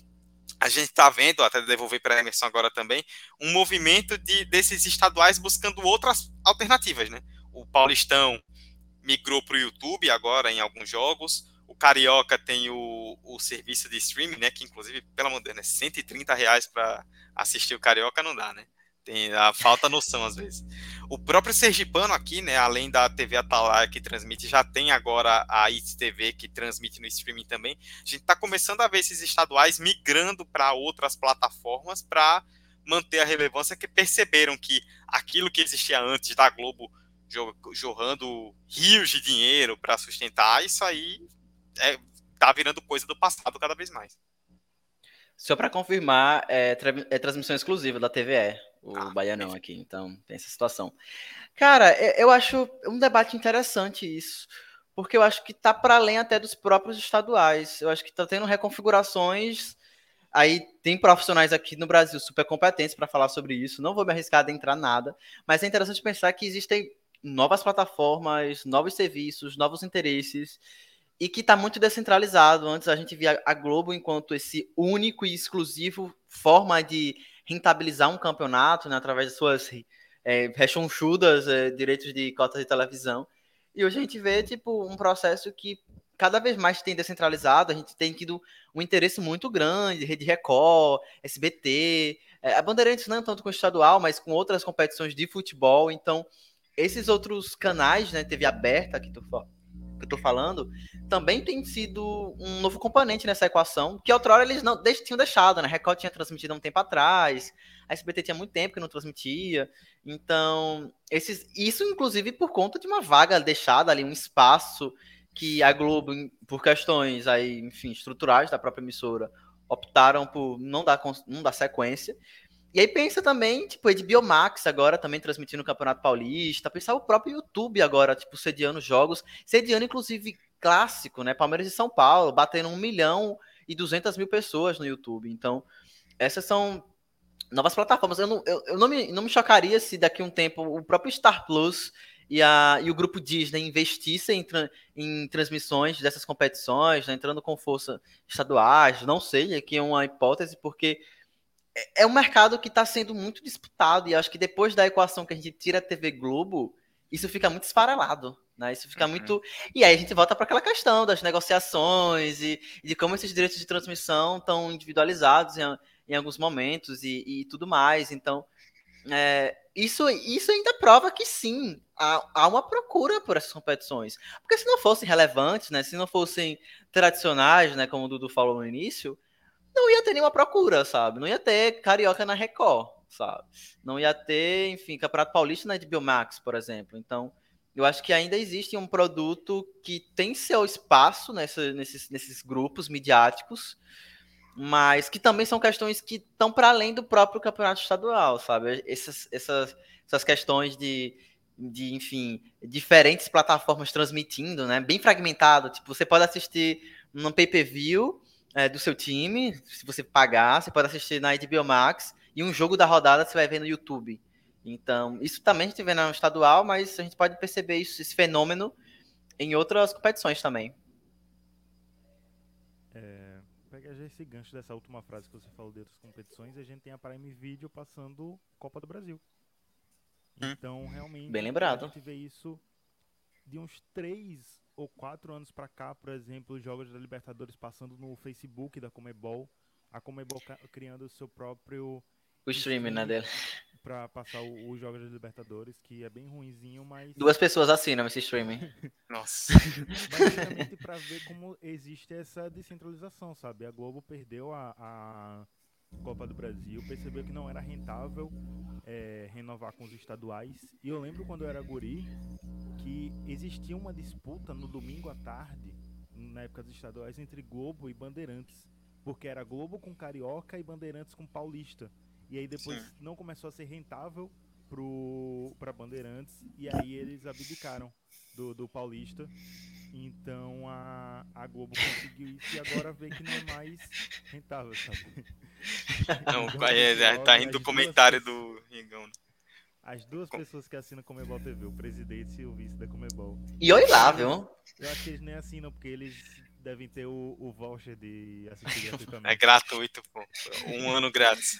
a gente está vendo, até devolver para a Emerson agora também, um movimento de, desses estaduais buscando outras alternativas, né? O Paulistão migrou para o YouTube agora em alguns jogos, o Carioca tem o, o serviço de streaming, né? Que inclusive, pelo amor de Deus, né? cento e trinta reais para assistir o Carioca não dá, né? Tem, a falta noção às vezes. O próprio Sergipano aqui, né, além da T V Atalaia que transmite, já tem agora a I T V que transmite no streaming também. A gente está começando a ver esses estaduais migrando para outras plataformas para manter a relevância, que perceberam que aquilo que existia antes da Globo jorrando rios de dinheiro para sustentar, isso aí é, tá virando coisa do passado cada vez mais. Só para confirmar, é, tra- é transmissão exclusiva da T V E, o Ah, Baianão enfim. aqui, então tem essa situação. Cara, é- eu acho um debate interessante isso, porque eu acho que tá para além até dos próprios estaduais. Eu acho que tá tendo reconfigurações. Aí tem profissionais aqui no Brasil super competentes para falar sobre isso. Não vou me arriscar a adentrar nada, mas é interessante pensar que existem novas plataformas, novos serviços, novos interesses, e que está muito descentralizado. Antes a gente via a Globo enquanto esse único e exclusivo forma de rentabilizar um campeonato, né, através de suas é, rechonchudas é, direitos de cotas de televisão. E hoje a gente vê tipo um processo que cada vez mais tem descentralizado, a gente tem tido um interesse muito grande, Rede Record, S B T, é, a Bandeirantes não tanto com o estadual, mas com outras competições de futebol, então esses outros canais, né, T V aberta que tu, que eu tô falando, também tem sido um novo componente nessa equação, que outrora eles não deix, tinham deixado, né, Record tinha transmitido há um tempo atrás, a S B T tinha muito tempo que não transmitia, então esses, isso inclusive por conta de uma vaga deixada ali, um espaço que a Globo, por questões aí, enfim, estruturais da própria emissora, optaram por não dar, não dar sequência. E aí pensa também, tipo, H B O Max agora também transmitindo o Campeonato Paulista, pensar o próprio YouTube agora, tipo, sediando jogos, sediando inclusive clássico, né, Palmeiras e São Paulo, batendo um milhão e duzentas mil pessoas no YouTube. Então, essas são novas plataformas. Eu não, eu, eu não, me, não me chocaria se daqui a um tempo o próprio Star Plus e, a, e o grupo Disney investissem em, tra, em transmissões dessas competições, né, entrando com força estaduais, não sei, aqui é uma hipótese, porque é, é um mercado que está sendo muito disputado, e acho que depois da equação que a gente tira a T V Globo, isso fica muito esfarelado, né? Isso fica uhum. muito... E aí a gente volta para aquela questão das negociações e, e de como esses direitos de transmissão estão individualizados em, em alguns momentos e, e tudo mais, então... É, isso, isso ainda prova que sim, há, há uma procura por essas competições. Porque se não fossem relevantes, né, se não fossem tradicionais, né, como o Dudu falou no início, não ia ter nenhuma procura, sabe? Não ia ter Carioca na Record, sabe? Não ia ter, enfim, Campeonato Paulista na H B O Max, por exemplo. Então, eu acho que ainda existe um produto que tem seu espaço nessa, nesses, nesses grupos midiáticos, mas que também são questões que estão para além do próprio campeonato estadual, sabe? Essas, essas, essas questões de, de, enfim, diferentes plataformas transmitindo, né? Bem fragmentado. Tipo, você pode assistir num pay-per-view é, do seu time, se você pagar, você pode assistir na H B O Max, e um jogo da rodada você vai ver no YouTube. Então, isso também a gente vê no estadual, mas a gente pode perceber isso, esse fenômeno em outras competições também. É... Pega já esse gancho dessa última frase que você falou de outras competições, a gente tem a Prime Video passando Copa do Brasil. Então, realmente, bem lembrado. A gente vê isso de uns três ou quatro anos pra cá, por exemplo, os jogos da Libertadores passando no Facebook da Comebol, a Comebol criando o seu próprio... O streaming, né, dele. Pra passar os jogos da Libertadores, que é bem ruinzinho, mas... Duas pessoas assinam esse streaming. Nossa. Mas justamente pra ver como existe essa descentralização, sabe? A Globo perdeu a, a Copa do Brasil, percebeu que não era rentável é, renovar com os estaduais. E eu lembro quando eu era guri, que existia uma disputa no domingo à tarde, na época dos estaduais, entre Globo e Bandeirantes. Porque era Globo com Carioca e Bandeirantes com Paulista. E aí depois Sim. não começou a ser rentável pro, pra Bandeirantes, e aí eles abdicaram do, do Paulista. Então a, a Globo conseguiu isso e agora vê que não é mais rentável, sabe? Não, então, é, é, tá indo o comentário do Rigão. As duas Com... pessoas que assinam Comebol T V, o presidente e o vice da Comebol. E olha lá, viu? Eu acho que eles nem assinam, porque eles devem ter o, o voucher de assistir gratuitamente. É gratuito, pô. Um ano grátis.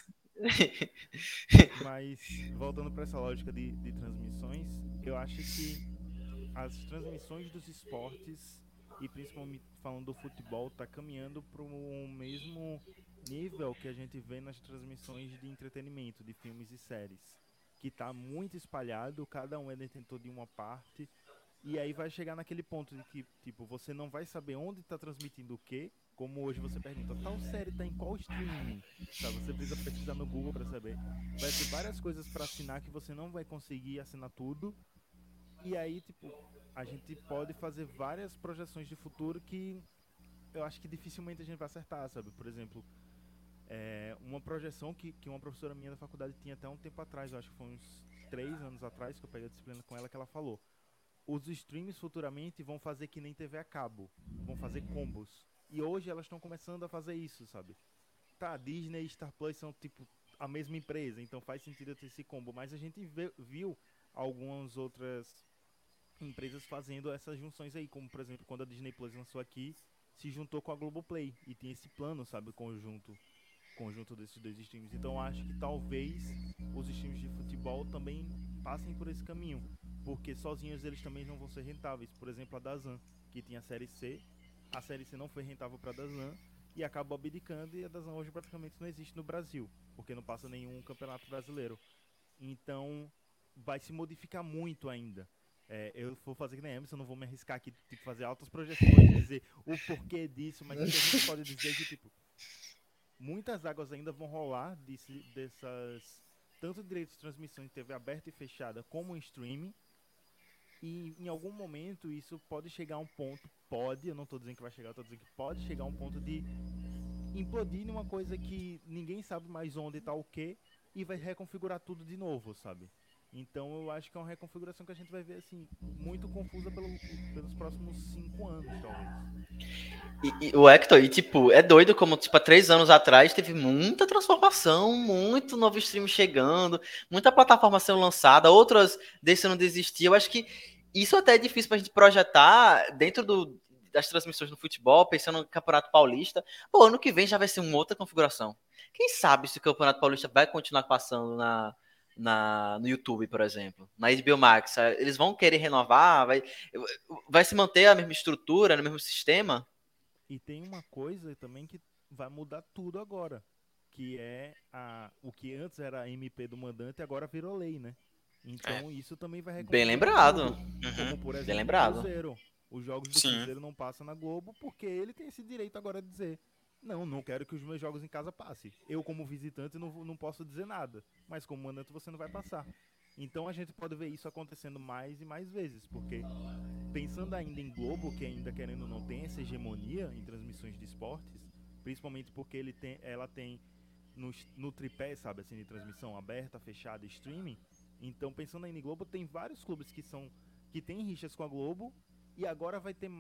Mas, voltando para essa lógica de, de transmissões, eu acho que as transmissões dos esportes, e principalmente falando do futebol, tá caminhando para o mesmo nível que a gente vê nas transmissões de entretenimento, de filmes e séries, que tá muito espalhado, cada um é detentor de uma parte, e aí vai chegar naquele ponto de que, tipo, você não vai saber onde tá transmitindo o quê. Como hoje você pergunta, tal série tá em qual streaming? Tá, você precisa pesquisar no Google para saber. Vai ter várias coisas para assinar que você não vai conseguir assinar tudo. E aí, tipo, a gente pode fazer várias projeções de futuro que eu acho que dificilmente a gente vai acertar, sabe? Por exemplo, é, uma projeção que, que uma professora minha da faculdade tinha até um tempo atrás, eu acho que foi uns três anos atrás que eu peguei a disciplina com ela, que ela falou: os streams futuramente vão fazer que nem T V a cabo, vão fazer combos. E hoje elas estão começando a fazer isso, sabe? Tá, Disney e Star Plus são, tipo, a mesma empresa, então faz sentido ter esse combo. Mas a gente vê, viu algumas outras empresas fazendo essas junções aí, como, por exemplo, quando a Disney Plus lançou aqui, se juntou com a Globoplay. E tem esse plano, sabe, conjunto, conjunto desses dois streams. Então acho que talvez os streams de futebol também passem por esse caminho. Porque sozinhos eles também não vão ser rentáveis. Por exemplo, a Dazan, que tinha a Série C, a Série C não foi rentável para a Dazan e acabou abdicando, e a Dazan hoje praticamente não existe no Brasil, porque não passa nenhum campeonato brasileiro. Então vai se modificar muito ainda. É, eu vou fazer que nem Emerson, não vou me arriscar aqui, tipo, fazer altas projeções, dizer o porquê disso, mas o que a gente pode dizer é que, tipo, muitas águas ainda vão rolar desse, dessas, tanto direitos de transmissão em T V aberta e fechada, como em streaming, e em algum momento isso pode chegar a um ponto, pode, eu não estou dizendo que vai chegar, eu estou dizendo que pode chegar a um ponto de implodir numa coisa que ninguém sabe mais onde está o quê, e vai reconfigurar tudo de novo, sabe? Então eu acho que é uma reconfiguração que a gente vai ver, assim, muito confusa pelo, pelos próximos cinco anos, talvez. E, e o Hector, e tipo, é doido como, tipo, há três anos atrás teve muita transformação, muito novo stream chegando, muita plataforma sendo lançada, outras deixando de existir. Eu acho que isso até é difícil pra gente projetar dentro do, das transmissões no futebol, pensando no Campeonato Paulista. Pô, ano que vem já vai ser uma outra configuração. Quem sabe se o Campeonato Paulista vai continuar passando na... Na, no YouTube, por exemplo, na H B O Max, eles vão querer renovar, vai, vai se manter a mesma estrutura, no mesmo sistema? E tem uma coisa também que vai mudar tudo agora, que é a, o que antes era a M P do mandante, agora virou lei, né? Então é. Isso também vai reconhecer. Bem lembrado. Tudo, como, por exemplo, Bem lembrado. o Cruzeiro. Os jogos do Sim. Cruzeiro não passam na Globo porque ele tem esse direito agora de dizer: não, não quero que os meus jogos em casa passem. Eu, como visitante, não, não posso dizer nada. Mas como mandante, você não vai passar. Então a gente pode ver isso acontecendo mais e mais vezes. Porque, pensando ainda em Globo, que ainda querendo ou não tem essa hegemonia em transmissões de esportes, principalmente porque ele tem, ela tem no, no tripé, sabe, assim, de transmissão aberta, fechada e streaming. Então, pensando ainda em Globo, tem vários clubes que são que têm rixas com a Globo. E agora vai ter...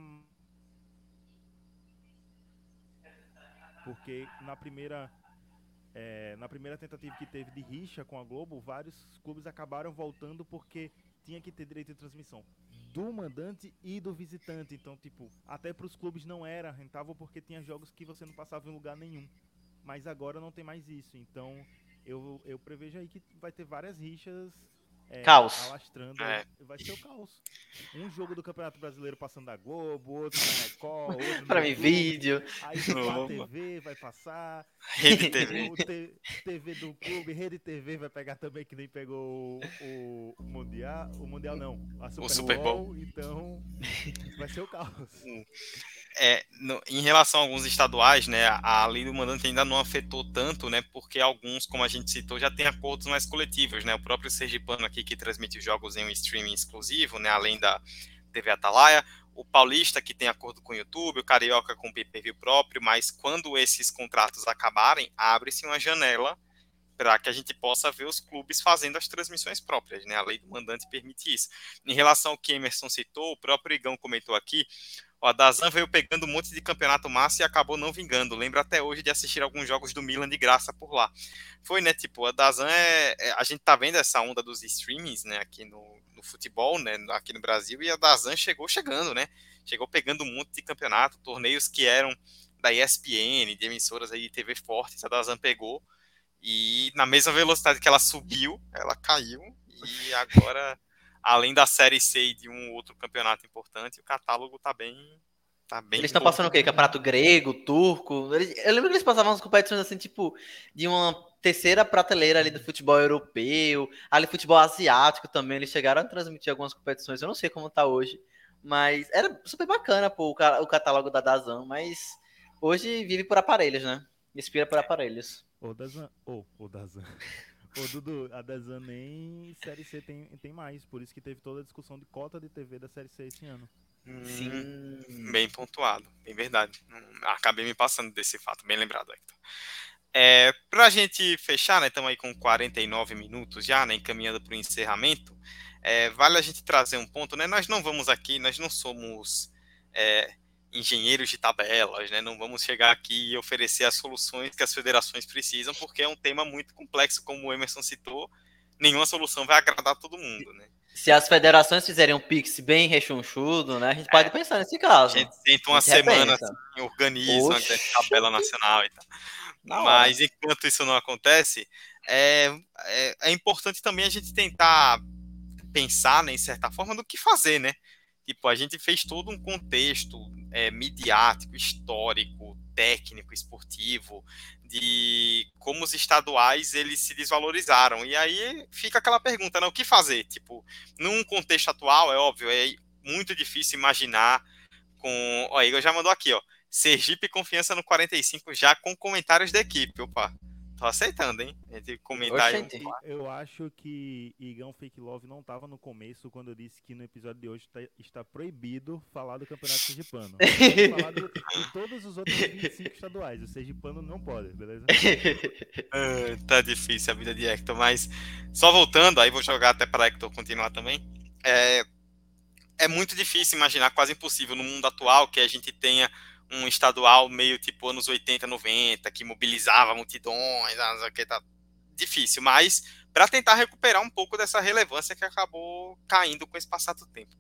Porque na primeira, é, na primeira tentativa que teve de rixa com a Globo, vários clubes acabaram voltando porque tinha que ter direito de transmissão do mandante e do visitante. Então, tipo, até para os clubes não era rentável porque tinha jogos que você não passava em lugar nenhum. Mas agora não tem mais isso. Então, eu, eu prevejo aí que vai ter várias rixas... É, caos. Alastrando, é. Vai ser o caos. Um jogo do Campeonato Brasileiro passando da Globo, outro na Record, outro para mim vídeo. Aí a T V vai passar. Rede T V. O T- TV do clube, Rede T V vai pegar também, que nem pegou o, o Mundial. O Mundial não, a Super, o Super Bowl. Bowl. Então vai ser o caos. É, no, em relação a alguns estaduais, né, a lei do mandante ainda não afetou tanto, né, porque alguns, como a gente citou, já tem acordos mais coletivos, né, o próprio Sergipano aqui que transmite os jogos em um streaming exclusivo, né, além da T V Atalaia, o Paulista que tem acordo com o YouTube, o Carioca com pay-per-view próprio, mas quando esses contratos acabarem, abre-se uma janela para que a gente possa ver os clubes fazendo as transmissões próprias, né, a lei do mandante permite isso. Em relação ao que Emerson citou, o próprio Igão comentou aqui, a Dazan veio pegando um monte de campeonato massa e acabou não vingando. Lembro até hoje de assistir alguns jogos do Milan de graça por lá. Foi, né, tipo, a Dazan é, é... A gente tá vendo essa onda dos streamings, né, aqui no, no futebol, né, aqui no Brasil, e a Dazan chegou chegando, né, chegou pegando um monte de campeonato, torneios que eram da E S P N, de emissoras aí de T V fortes, a Dazan pegou, e na mesma velocidade que ela subiu, ela caiu, e agora... Além da Série C e de um outro campeonato importante, o catálogo tá bem... Tá bem eles estão passando o quê? Campeonato grego, turco? Eles, eu lembro que eles passavam umas competições assim, tipo, de uma terceira prateleira ali do futebol europeu, ali futebol asiático também, eles chegaram a transmitir algumas competições, eu não sei como tá hoje, mas era super bacana, pô, o, o catálogo da Dazan, mas hoje vive por aparelhos, né? Inspira por aparelhos. Ô, Dazan... Ô, ô, Dazan... Ô, Dudu, a Dazan nem Série C tem, tem mais, por isso que teve toda a discussão de cota de T V da Série C esse ano. Sim, hum, bem pontuado, bem verdade. Acabei me passando desse fato, bem lembrado, Hector. É, pra gente fechar, né, estamos aí com quarenta e nove minutos já, né, encaminhando para o encerramento, é, vale a gente trazer um ponto, né, nós não vamos aqui, nós não somos... É, engenheiros de tabelas, né? Não vamos chegar aqui e oferecer as soluções que as federações precisam, porque é um tema muito complexo, como o Emerson citou, nenhuma solução vai agradar todo mundo, né? Se as federações fizerem um Pix bem rechonchudo, né? A gente pode é, pensar nesse caso. A gente tenta uma semana, assim, organiza uma tabela nacional e tal. Não, Mas é. enquanto isso não acontece, é, é, é importante também a gente tentar pensar, né, em certa forma, do que fazer, né? Tipo, a gente fez todo um contexto é, midiático, histórico, técnico, esportivo, de como os estaduais eles se desvalorizaram. E aí fica aquela pergunta, né? O que fazer? Tipo, num contexto atual, é óbvio, é muito difícil imaginar com... Ó, Igor já mandou aqui, ó. Sergipe Confiança no quarenta e cinco já com comentários da equipe. Opa, tô aceitando, hein? Entre comentar aí. Oxente. Eu acho que Igão Fake Love não estava no começo quando eu disse que no episódio de hoje tá- está proibido falar do Campeonato Sergipano. Pode falar do- de todos os outros vinte e cinco estaduais. O Sergipano não pode, beleza? Ah, tá difícil a vida de Hector, mas só voltando, aí vou jogar até para Hector continuar também. É, é muito difícil imaginar, quase impossível no mundo atual que a gente tenha um estadual meio tipo anos oitenta, noventa, que mobilizava multidões, ah, não sei o que, tá difícil, mas para tentar recuperar um pouco dessa relevância que acabou caindo com esse passar do tempo.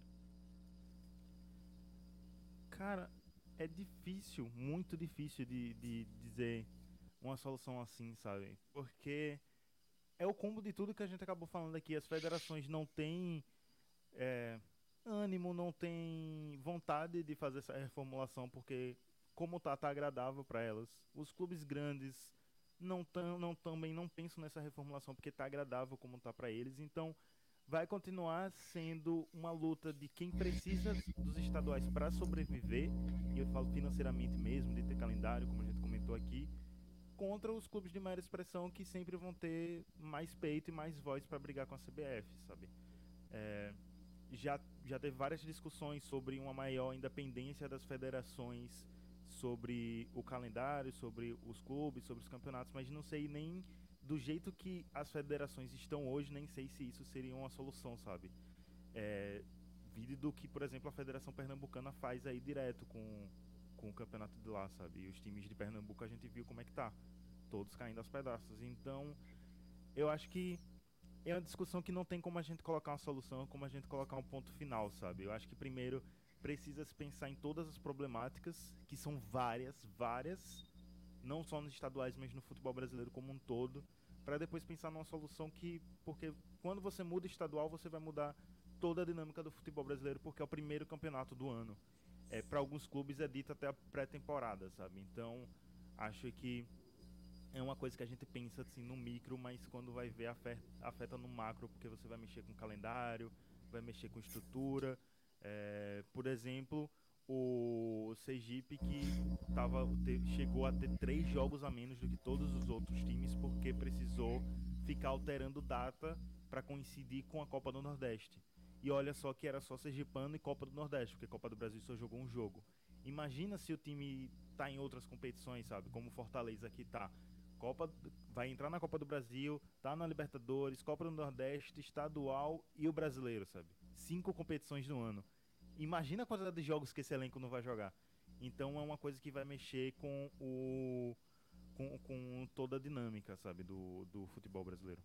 Cara, é difícil, muito difícil de, de dizer uma solução assim, sabe? Porque é o combo de tudo que a gente acabou falando aqui. As federações não têm é, ânimo, não têm vontade de fazer essa reformulação, porque como tá, tá agradável para elas. Os clubes grandes não, tão, não também não pensam nessa reformulação porque tá agradável como tá para eles. Então vai continuar sendo uma luta de quem precisa dos estaduais para sobreviver, e eu falo financeiramente mesmo, de ter calendário, como a gente comentou aqui, contra os clubes de maior expressão que sempre vão ter mais peito e mais voz para brigar com a C B F, sabe? É, já, já teve várias discussões sobre uma maior independência das federações, sobre o calendário, sobre os clubes, sobre os campeonatos, mas não sei nem do jeito que as federações estão hoje, nem sei se isso seria uma solução, sabe? É, vídeo do que, por exemplo, a Federação Pernambucana faz aí direto com, com o campeonato de lá, sabe? E os times de Pernambuco a gente viu como é que tá, todos caindo aos pedaços. Então, eu acho que é uma discussão que não tem como a gente colocar uma solução, como a gente colocar um ponto final, sabe? Eu acho que primeiro precisa se pensar em todas as problemáticas, que são várias, várias, não só nos estaduais, mas no futebol brasileiro como um todo, para depois pensar numa solução que, porque quando você muda estadual, você vai mudar toda a dinâmica do futebol brasileiro, porque é o primeiro campeonato do ano. É, para alguns clubes é dito até a pré-temporada, sabe? Então, acho que é uma coisa que a gente pensa assim no micro, mas quando vai ver afeta, afeta no macro, porque você vai mexer com calendário, vai mexer com estrutura. É, por exemplo, o Sergipe que tava, te, chegou a ter três jogos a menos do que todos os outros times, porque precisou ficar alterando data para coincidir com a Copa do Nordeste. E olha só que era só Sergipano e Copa do Nordeste, porque a Copa do Brasil só jogou um jogo. Imagina se o time tá em outras competições, sabe? Como o Fortaleza aqui tá. Copa, vai entrar na Copa do Brasil, tá na Libertadores, Copa do Nordeste, Estadual e o Brasileiro, sabe? Cinco competições no ano. Imagina a quantidade de jogos que esse elenco não vai jogar. Então é uma coisa que vai mexer com o com, com toda a dinâmica, sabe, do, do futebol brasileiro.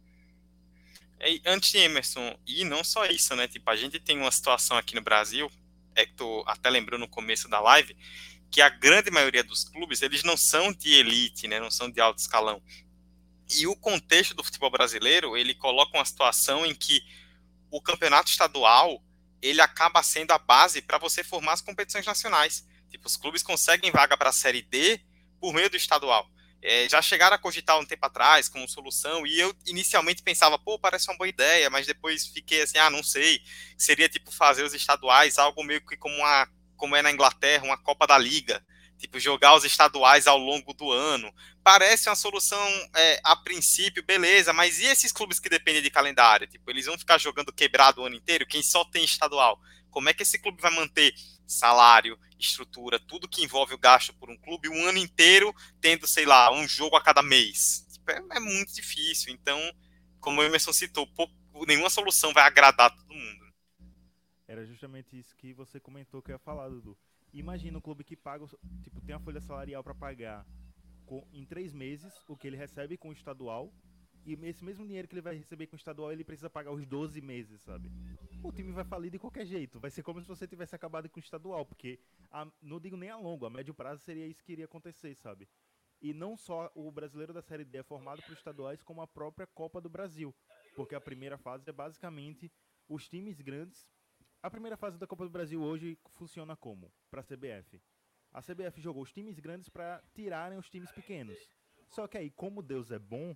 E antes de Emerson, e não só isso, né? Tipo, a gente tem uma situação aqui no Brasil, é que tu até lembrou no começo da live, que a grande maioria dos clubes, eles não são de elite, né? Não são de alto escalão. E o contexto do futebol brasileiro, ele coloca uma situação em que o campeonato estadual, ele acaba sendo a base para você formar as competições nacionais. Tipo, os clubes conseguem vaga para a Série D por meio do estadual. É, já chegaram a cogitar um tempo atrás como solução, e eu inicialmente pensava, pô, parece uma boa ideia, mas depois fiquei assim, ah, não sei, seria tipo fazer os estaduais algo meio que como, uma, como é na Inglaterra, uma Copa da Liga, tipo jogar os estaduais ao longo do ano. Parece uma solução é, a princípio, beleza, mas e esses clubes que dependem de calendário? Tipo, eles vão ficar jogando quebrado o ano inteiro, quem só tem estadual? Como é que esse clube vai manter salário, estrutura, tudo que envolve o gasto por um clube, um ano inteiro tendo, sei lá, um jogo a cada mês? Tipo, é, é muito difícil. Então, como o Emerson citou, pô, nenhuma solução vai agradar todo mundo. Era justamente isso que você comentou que eu ia falar, Dudu. Imagina um clube que paga, tipo, tem a folha salarial para pagar com, em três meses o que ele recebe com o estadual, e esse mesmo dinheiro que ele vai receber com o estadual, ele precisa pagar os doze meses, sabe? O time vai falir de qualquer jeito. Vai ser como se você tivesse acabado com o estadual, porque, a, não digo nem a longo, a médio prazo seria isso que iria acontecer, sabe? E não só o brasileiro da Série D é formado por estaduais, como a própria Copa do Brasil. Porque a primeira fase é basicamente os times grandes a primeira fase da Copa do Brasil hoje funciona como? Para a C B F. A C B F jogou os times grandes para tirarem os times pequenos. Só que aí, como Deus é bom,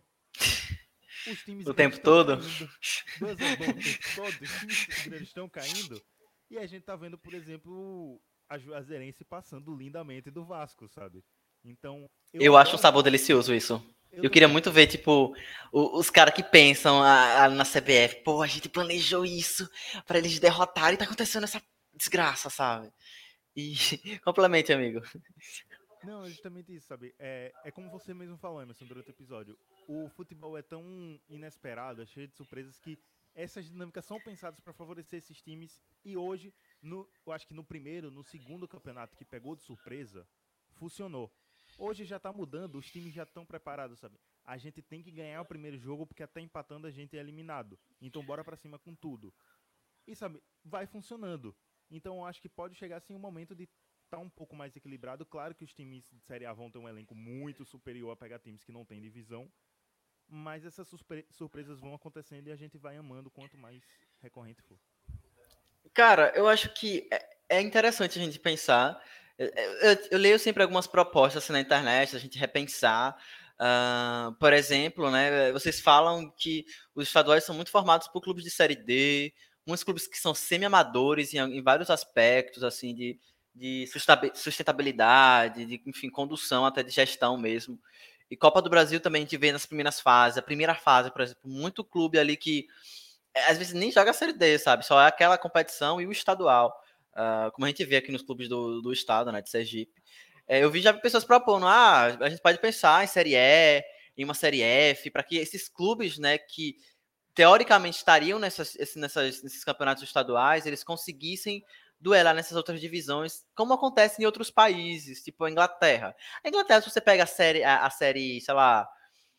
os times o grandes tempo estão todo? caindo. Deus é bom o tempo todo, os times grandes estão caindo. E a gente tá vendo, por exemplo, a Juazeirense passando lindamente do Vasco, sabe? Então, eu, eu acho um sabor delicioso isso. Eu, eu queria muito ver, tipo, os, os caras que pensam a, a, na C B F, pô, a gente planejou isso pra eles derrotarem e tá acontecendo essa desgraça, sabe? E complemente, amigo. Não, é justamente isso, sabe? É, é como você mesmo falou, Emerson, durante o episódio. O futebol é tão inesperado, é cheio de surpresas que essas dinâmicas são pensadas para favorecer esses times. E hoje, no, eu acho que no primeiro, no segundo campeonato que pegou de surpresa, funcionou. Hoje já tá mudando, os times já estão preparados, sabe? A gente tem que ganhar o primeiro jogo porque até empatando a gente é eliminado. Então bora pra cima com tudo. E sabe, vai funcionando. Então eu acho que pode chegar assim um momento de estar tá um pouco mais equilibrado. Claro que os times de Série A vão ter um elenco muito superior a pegar times que não tem divisão. Mas essas surpre- surpresas vão acontecendo e a gente vai amando quanto mais recorrente for. Cara, eu acho que é, é interessante a gente pensar. Eu, eu, eu leio sempre algumas propostas assim, na internet, a gente repensar. Uh, por exemplo, né, vocês falam que os estaduais são muito formados por clubes de Série D, muitos clubes que são semi-amadores em, em vários aspectos, assim, de, de sustentabilidade, de, enfim, condução até de gestão mesmo. E Copa do Brasil também a gente vê nas primeiras fases. A primeira fase, por exemplo, muito clube ali que às vezes nem joga a Série D, sabe? Só é aquela competição e o estadual. Uh, como a gente vê aqui nos clubes do, do estado, né, de Sergipe. É, eu vi já pessoas propondo, ah, a gente pode pensar em Série E, em uma Série F, para que esses clubes, né, que teoricamente estariam nessas, nessas, nesses campeonatos estaduais, eles conseguissem duelar nessas outras divisões, como acontece em outros países, tipo a Inglaterra. A Inglaterra, se você pega a série, a, a série, sei lá,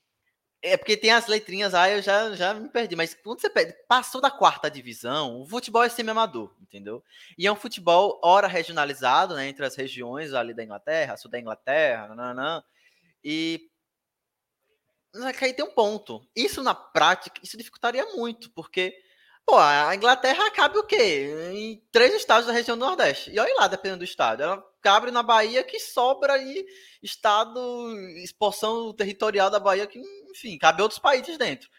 é porque tem as letrinhas, aí eu já, já me perdi. Mas quando você pega, passou da quarta divisão, o futebol é semi-amador, entendeu? E é um futebol, ora regionalizado, né, entre as regiões ali da Inglaterra, sul da Inglaterra, nananã, e aí tem um ponto. Isso na prática, isso dificultaria muito, porque, pô, a Inglaterra cabe o quê? Em três estados da região do Nordeste. E olha lá, dependendo do estado. Ela cabe na Bahia, que sobra aí estado, expansão territorial da Bahia, que, enfim, cabe outros países dentro.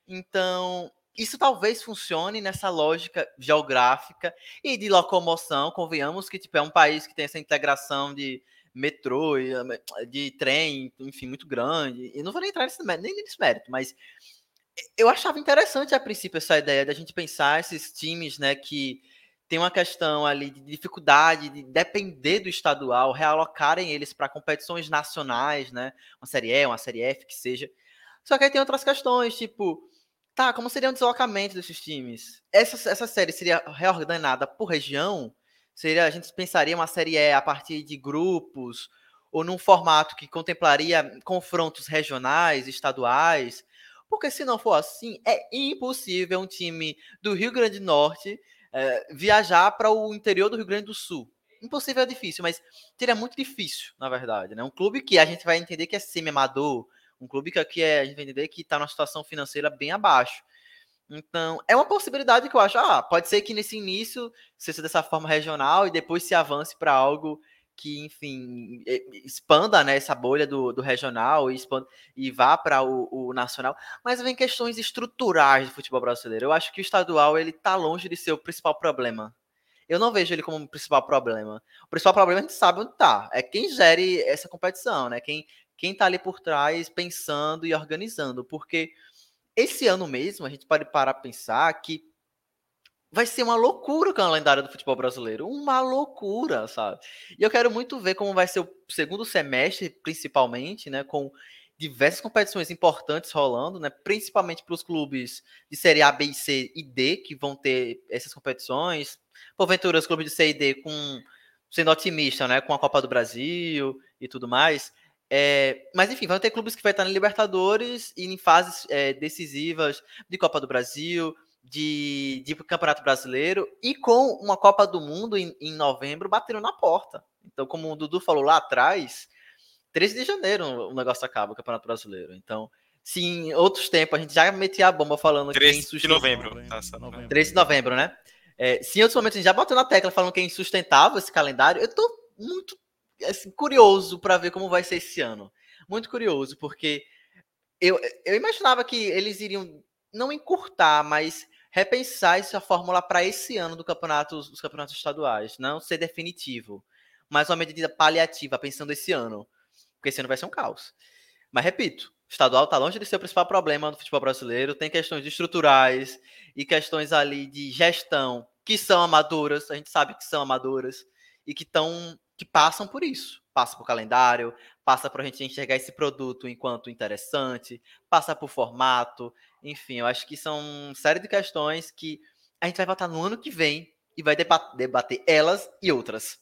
Então, isso talvez funcione nessa lógica geográfica e de locomoção. Convenhamos que tipo, é um país que tem essa integração de metrô, de trem, enfim, muito grande. E não vou nem entrar nesse mérito, nem nesse mérito, mas eu achava interessante a princípio essa ideia da gente pensar esses times, né, que tem uma questão ali de dificuldade de depender do estadual, realocarem eles para competições nacionais, né, uma Série E, uma Série F, que seja. Só que aí tem outras questões, tipo, tá, como seria o deslocamento desses times? Essa, essa série seria reordenada por região? Seria, a gente pensaria uma Série E a partir de grupos, ou num formato que contemplaria confrontos regionais, estaduais? Porque se não for assim, é impossível um time do Rio Grande do Norte é, viajar para o interior do Rio Grande do Sul. Impossível é difícil, mas seria muito difícil, na verdade, né? Um clube que a gente vai entender que é semi-amador, um clube que aqui é, a gente vai entender que está numa situação financeira bem abaixo. Então, é uma possibilidade que eu acho, ah, pode ser que nesse início seja dessa forma regional e depois se avance para algo que, enfim, expanda, né, essa bolha do, do regional e, expanda, e vá para o, o nacional. Mas vem questões estruturais do futebol brasileiro. Eu acho que o estadual ele está longe de ser o principal problema. Eu não vejo ele como o principal problema. O principal problema a gente sabe onde está. É quem gere essa competição, né? Quem quem está ali por trás pensando e organizando. Porque esse ano mesmo, a gente pode parar para pensar que vai ser uma loucura o calendário do futebol brasileiro. Uma loucura, sabe? E eu quero muito ver como vai ser o segundo semestre, principalmente, né? Com diversas competições importantes rolando, né? Principalmente para os clubes de Série A, B, C e D, que vão ter essas competições. Porventura, os clubes de C e D com, sendo otimista, né? Com a Copa do Brasil e tudo mais. É, mas enfim, vão ter clubes que vai estar na Libertadores e em fases é, decisivas de Copa do Brasil, de, de Campeonato Brasileiro e com uma Copa do Mundo em, em novembro batendo na porta. Então, como o Dudu falou lá atrás, treze de janeiro o negócio acaba, o Campeonato Brasileiro. Então, se em outros tempos a gente já metia a bomba falando treze que de novembro. Novembro, novembro. treze de novembro, né? É, sim, em outros momentos a gente já bateu na tecla falando que é insustentável esse calendário. Eu tô muito assim, curioso para ver como vai ser esse ano. Muito curioso, porque eu, eu imaginava que eles iriam não encurtar, mas repensar essa fórmula para esse ano do campeonato, dos campeonatos estaduais. Não ser definitivo, mas uma medida paliativa, pensando esse ano. Porque esse ano vai ser um caos. Mas, repito, o estadual está longe de ser o principal problema do futebol brasileiro. Tem questões estruturais e questões ali de gestão que são amadoras. A gente sabe que são amadoras e que, tão, que passam por isso. Passa por calendário, passa por a gente enxergar esse produto enquanto interessante, passa por formato. Enfim, eu acho que são uma série de questões que a gente vai voltar no ano que vem e vai debater, debater elas e outras.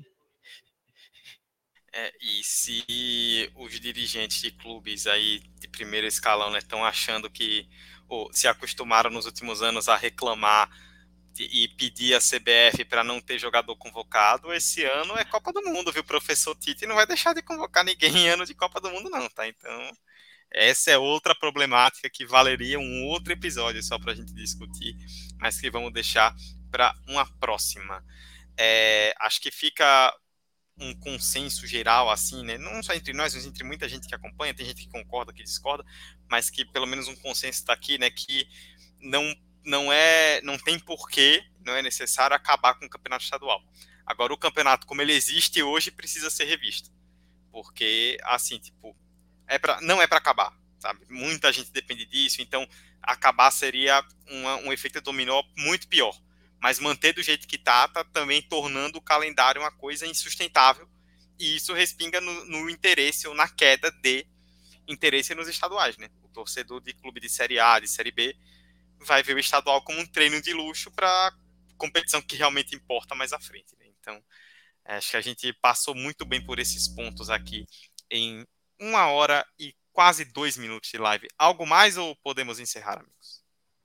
É, e se os dirigentes de clubes aí de primeiro escalão estão, né, achando que ou, se acostumaram nos últimos anos a reclamar de, e pedir a C B F para não ter jogador convocado, esse ano é Copa do Mundo, viu? O professor Tite não vai deixar de convocar ninguém em ano de Copa do Mundo não, tá? Então, essa é outra problemática que valeria um outro episódio só para a gente discutir, mas que vamos deixar para uma próxima. É, acho que fica um consenso geral, assim, né? Não só entre nós, mas entre muita gente que acompanha, tem gente que concorda, que discorda, mas que pelo menos um consenso está aqui, né? Que não, não é, não tem porquê, não é necessário acabar com o campeonato estadual. Agora, o campeonato, como ele existe hoje, precisa ser revisto. Porque, assim, tipo, é pra, não é para acabar, sabe? Muita gente depende disso, então acabar seria uma, um efeito dominó muito pior. Mas manter do jeito que está, tá também tornando o calendário uma coisa insustentável, e isso respinga no, no interesse ou na queda de interesse nos estaduais, né? O torcedor de clube de Série A, de Série B, vai ver o estadual como um treino de luxo para competição que realmente importa mais à frente, né? Então, acho que a gente passou muito bem por esses pontos aqui em uma hora e quase dois minutos de live. Algo mais ou podemos encerrar, amigos?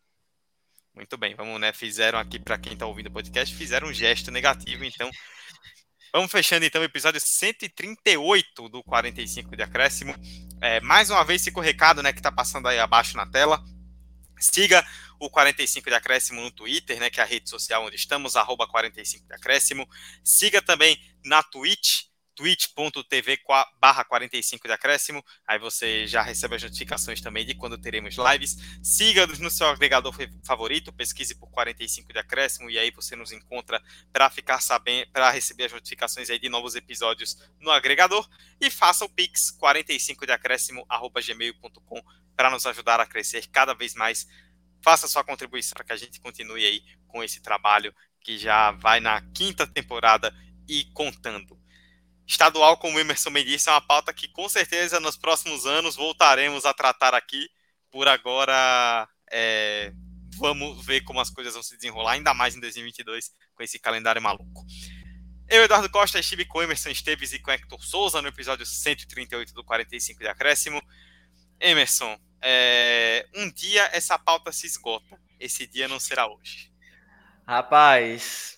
Muito bem, vamos, né? Fizeram aqui, para quem está ouvindo o podcast, fizeram um gesto negativo, então vamos fechando então o episódio cento e trinta e oito do quarenta e cinco de Acréscimo. É, mais uma vez fica o recado, né, que está passando aí abaixo na tela. Siga o quarenta e cinco de Acréscimo no Twitter, né, que é a rede social onde estamos, arroba quarenta e cinco de Acréscimo. Siga também na Twitch, twitch ponto tv barra quarenta e cinco de Acréscimo, aí você já recebe as notificações também de quando teremos lives. Siga-nos no seu agregador favorito, pesquise por quarenta e cinco de Acréscimo e aí você nos encontra para ficar sabendo, para receber as notificações aí de novos episódios no agregador, e faça o Pix quarenta e cinco de acréscimo arroba gmail ponto com para nos ajudar a crescer cada vez mais. Faça sua contribuição para que a gente continue aí com esse trabalho que já vai na quinta temporada e contando. Estadual, como o Emerson me disse, é uma pauta que com certeza nos próximos anos voltaremos a tratar aqui. Por agora, é, vamos ver como as coisas vão se desenrolar, ainda mais em dois mil e vinte e dois, com esse calendário maluco. Eu, Eduardo Costa, estive com Emerson Esteves e com Hector Souza no episódio cento e trinta e oito do quarenta e cinco de Acréscimo. Emerson, é, um dia essa pauta se esgota. Esse dia não será hoje. Rapaz,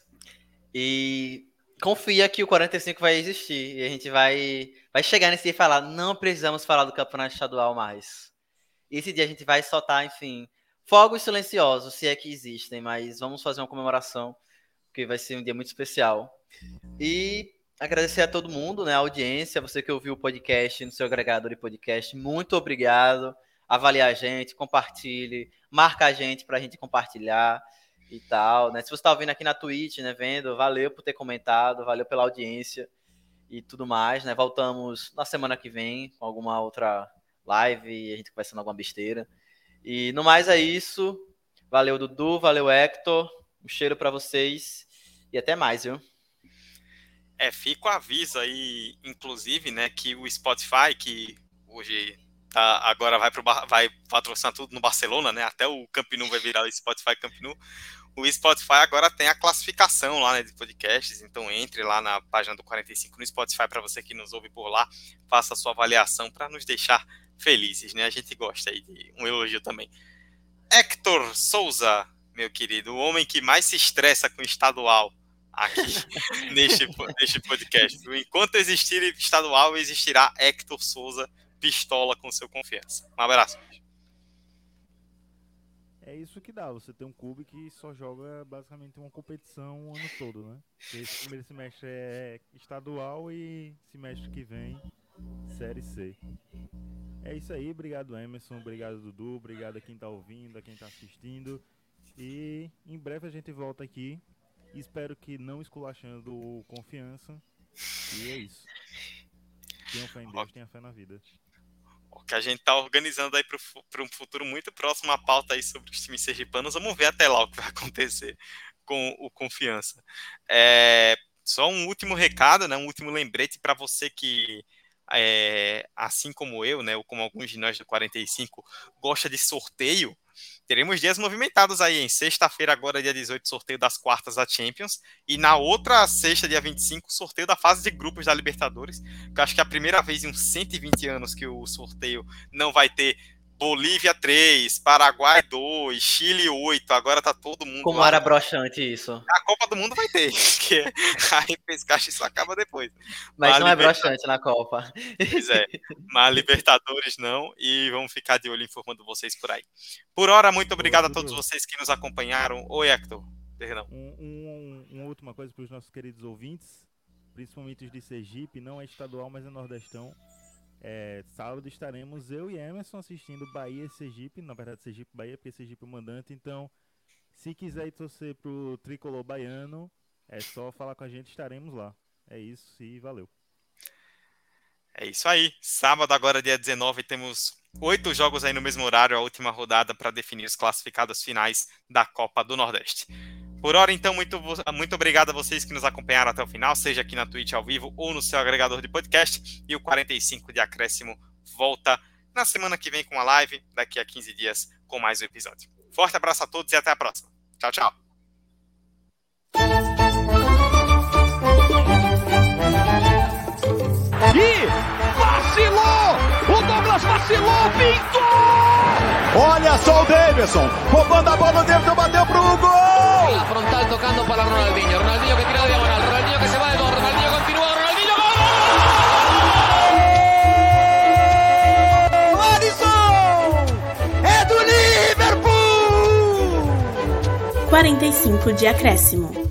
e confia que o quarenta e cinco vai existir e a gente vai, vai chegar nesse dia e falar, não precisamos falar do campeonato estadual mais. E esse dia a gente vai soltar, enfim, fogos silenciosos, se é que existem, mas vamos fazer uma comemoração, porque vai ser um dia muito especial. E agradecer a todo mundo, né, a audiência, você que ouviu o podcast no seu agregador de podcast, muito obrigado. Avalie a gente, compartilhe, marca a gente pra gente compartilhar e tal, né? Se você está ouvindo aqui na Twitch, né, vendo, valeu por ter comentado, valeu pela audiência e tudo mais, né? Voltamos na semana que vem com alguma outra live e a gente conversando alguma besteira. E no mais é isso. Valeu, Dudu, valeu, Hector. Um cheiro para vocês e até mais, viu? É, fica o aviso aí, inclusive, né, que o Spotify, que hoje tá, agora vai, pro, vai patrocinar tudo no Barcelona, né, até o Camp Nou vai virar o Spotify Camp Nou. O Spotify agora tem a classificação lá, né, de podcasts, então entre lá na página do quarenta e cinco no Spotify para você que nos ouve por lá, faça a sua avaliação para nos deixar felizes, né, a gente gosta aí de um elogio também. Hector Souza, meu querido, o homem que mais se estressa com o estadual aqui neste, neste podcast. Enquanto existir estadual, existirá Hector Souza pistola com seu confiança. Um abraço. é isso que dá. Você tem um clube que só joga basicamente uma competição o ano todo, né? Esse primeiro semestre é estadual e semestre que vem, Série C. É isso aí. Obrigado, Emerson. Obrigado, Dudu. Obrigado a quem tá ouvindo, a quem tá assistindo. E em breve a gente volta aqui. Espero que não esculachando o Confiança. E é isso. Tenham fé em Deus, tenham fé na vida. O que a gente tá organizando aí para um futuro muito próximo, a pauta aí sobre os times sergipanos. Vamos ver até lá o que vai acontecer com o Confiança. É, só um último recado, né, um último lembrete para você que, é, assim como eu, né, ou como alguns de nós do quarenta e cinco, gosta de sorteio. Teremos dias movimentados aí, em sexta-feira agora, dia dezoito, sorteio das quartas da Champions, e na outra sexta, dia vinte e cinco, sorteio da fase de grupos da Libertadores, que eu acho que é a primeira vez em uns cento e vinte anos que o sorteio não vai ter Bolívia três, Paraguai dois, Chile oito, agora tá todo mundo Como lá. era broxante isso. A Copa do Mundo vai ter, que a repescagem só acaba depois. Mas, Mas não Liberta... é broxante na Copa. Pois é, mas Libertadores não, e vamos ficar de olho informando vocês por aí. Por hora, muito obrigado a todos vocês que nos acompanharam. Oi, Hector. Perdão. Um, um, uma última coisa para os nossos queridos ouvintes, principalmente os de Sergipe, não é estadual, mas é nordestão. É, sábado estaremos eu e Emerson assistindo Bahia e Sergipe, na verdade Sergipe e Bahia, porque Sergipe é o mandante, então se quiser torcer pro tricolor baiano, é só falar com a gente, estaremos lá. É isso e valeu. É isso aí, sábado agora dia dezenove temos oito jogos aí no mesmo horário, a última rodada para definir os classificados finais da Copa do Nordeste. Por hora, então, muito, muito obrigado a vocês que nos acompanharam até o final, seja aqui na Twitch ao vivo ou no seu agregador de podcast. E o quarenta e cinco de Acréscimo volta na semana que vem com a live, daqui a quinze dias com mais um episódio. Forte abraço a todos e até a próxima. Tchau, tchau. E vacilou! O Douglas vacilou, pintou! Olha só o Davidson, roubando a bola, o Davidson bateu pro gol! La frontal tocando para Ronaldinho. Ronaldinho que tira de diagonal. Ronaldinho que se va de dos. Ronaldinho continúa. Ronaldinho gol! Alisson! É do Liverpool! quarenta e cinco de Acréscimo.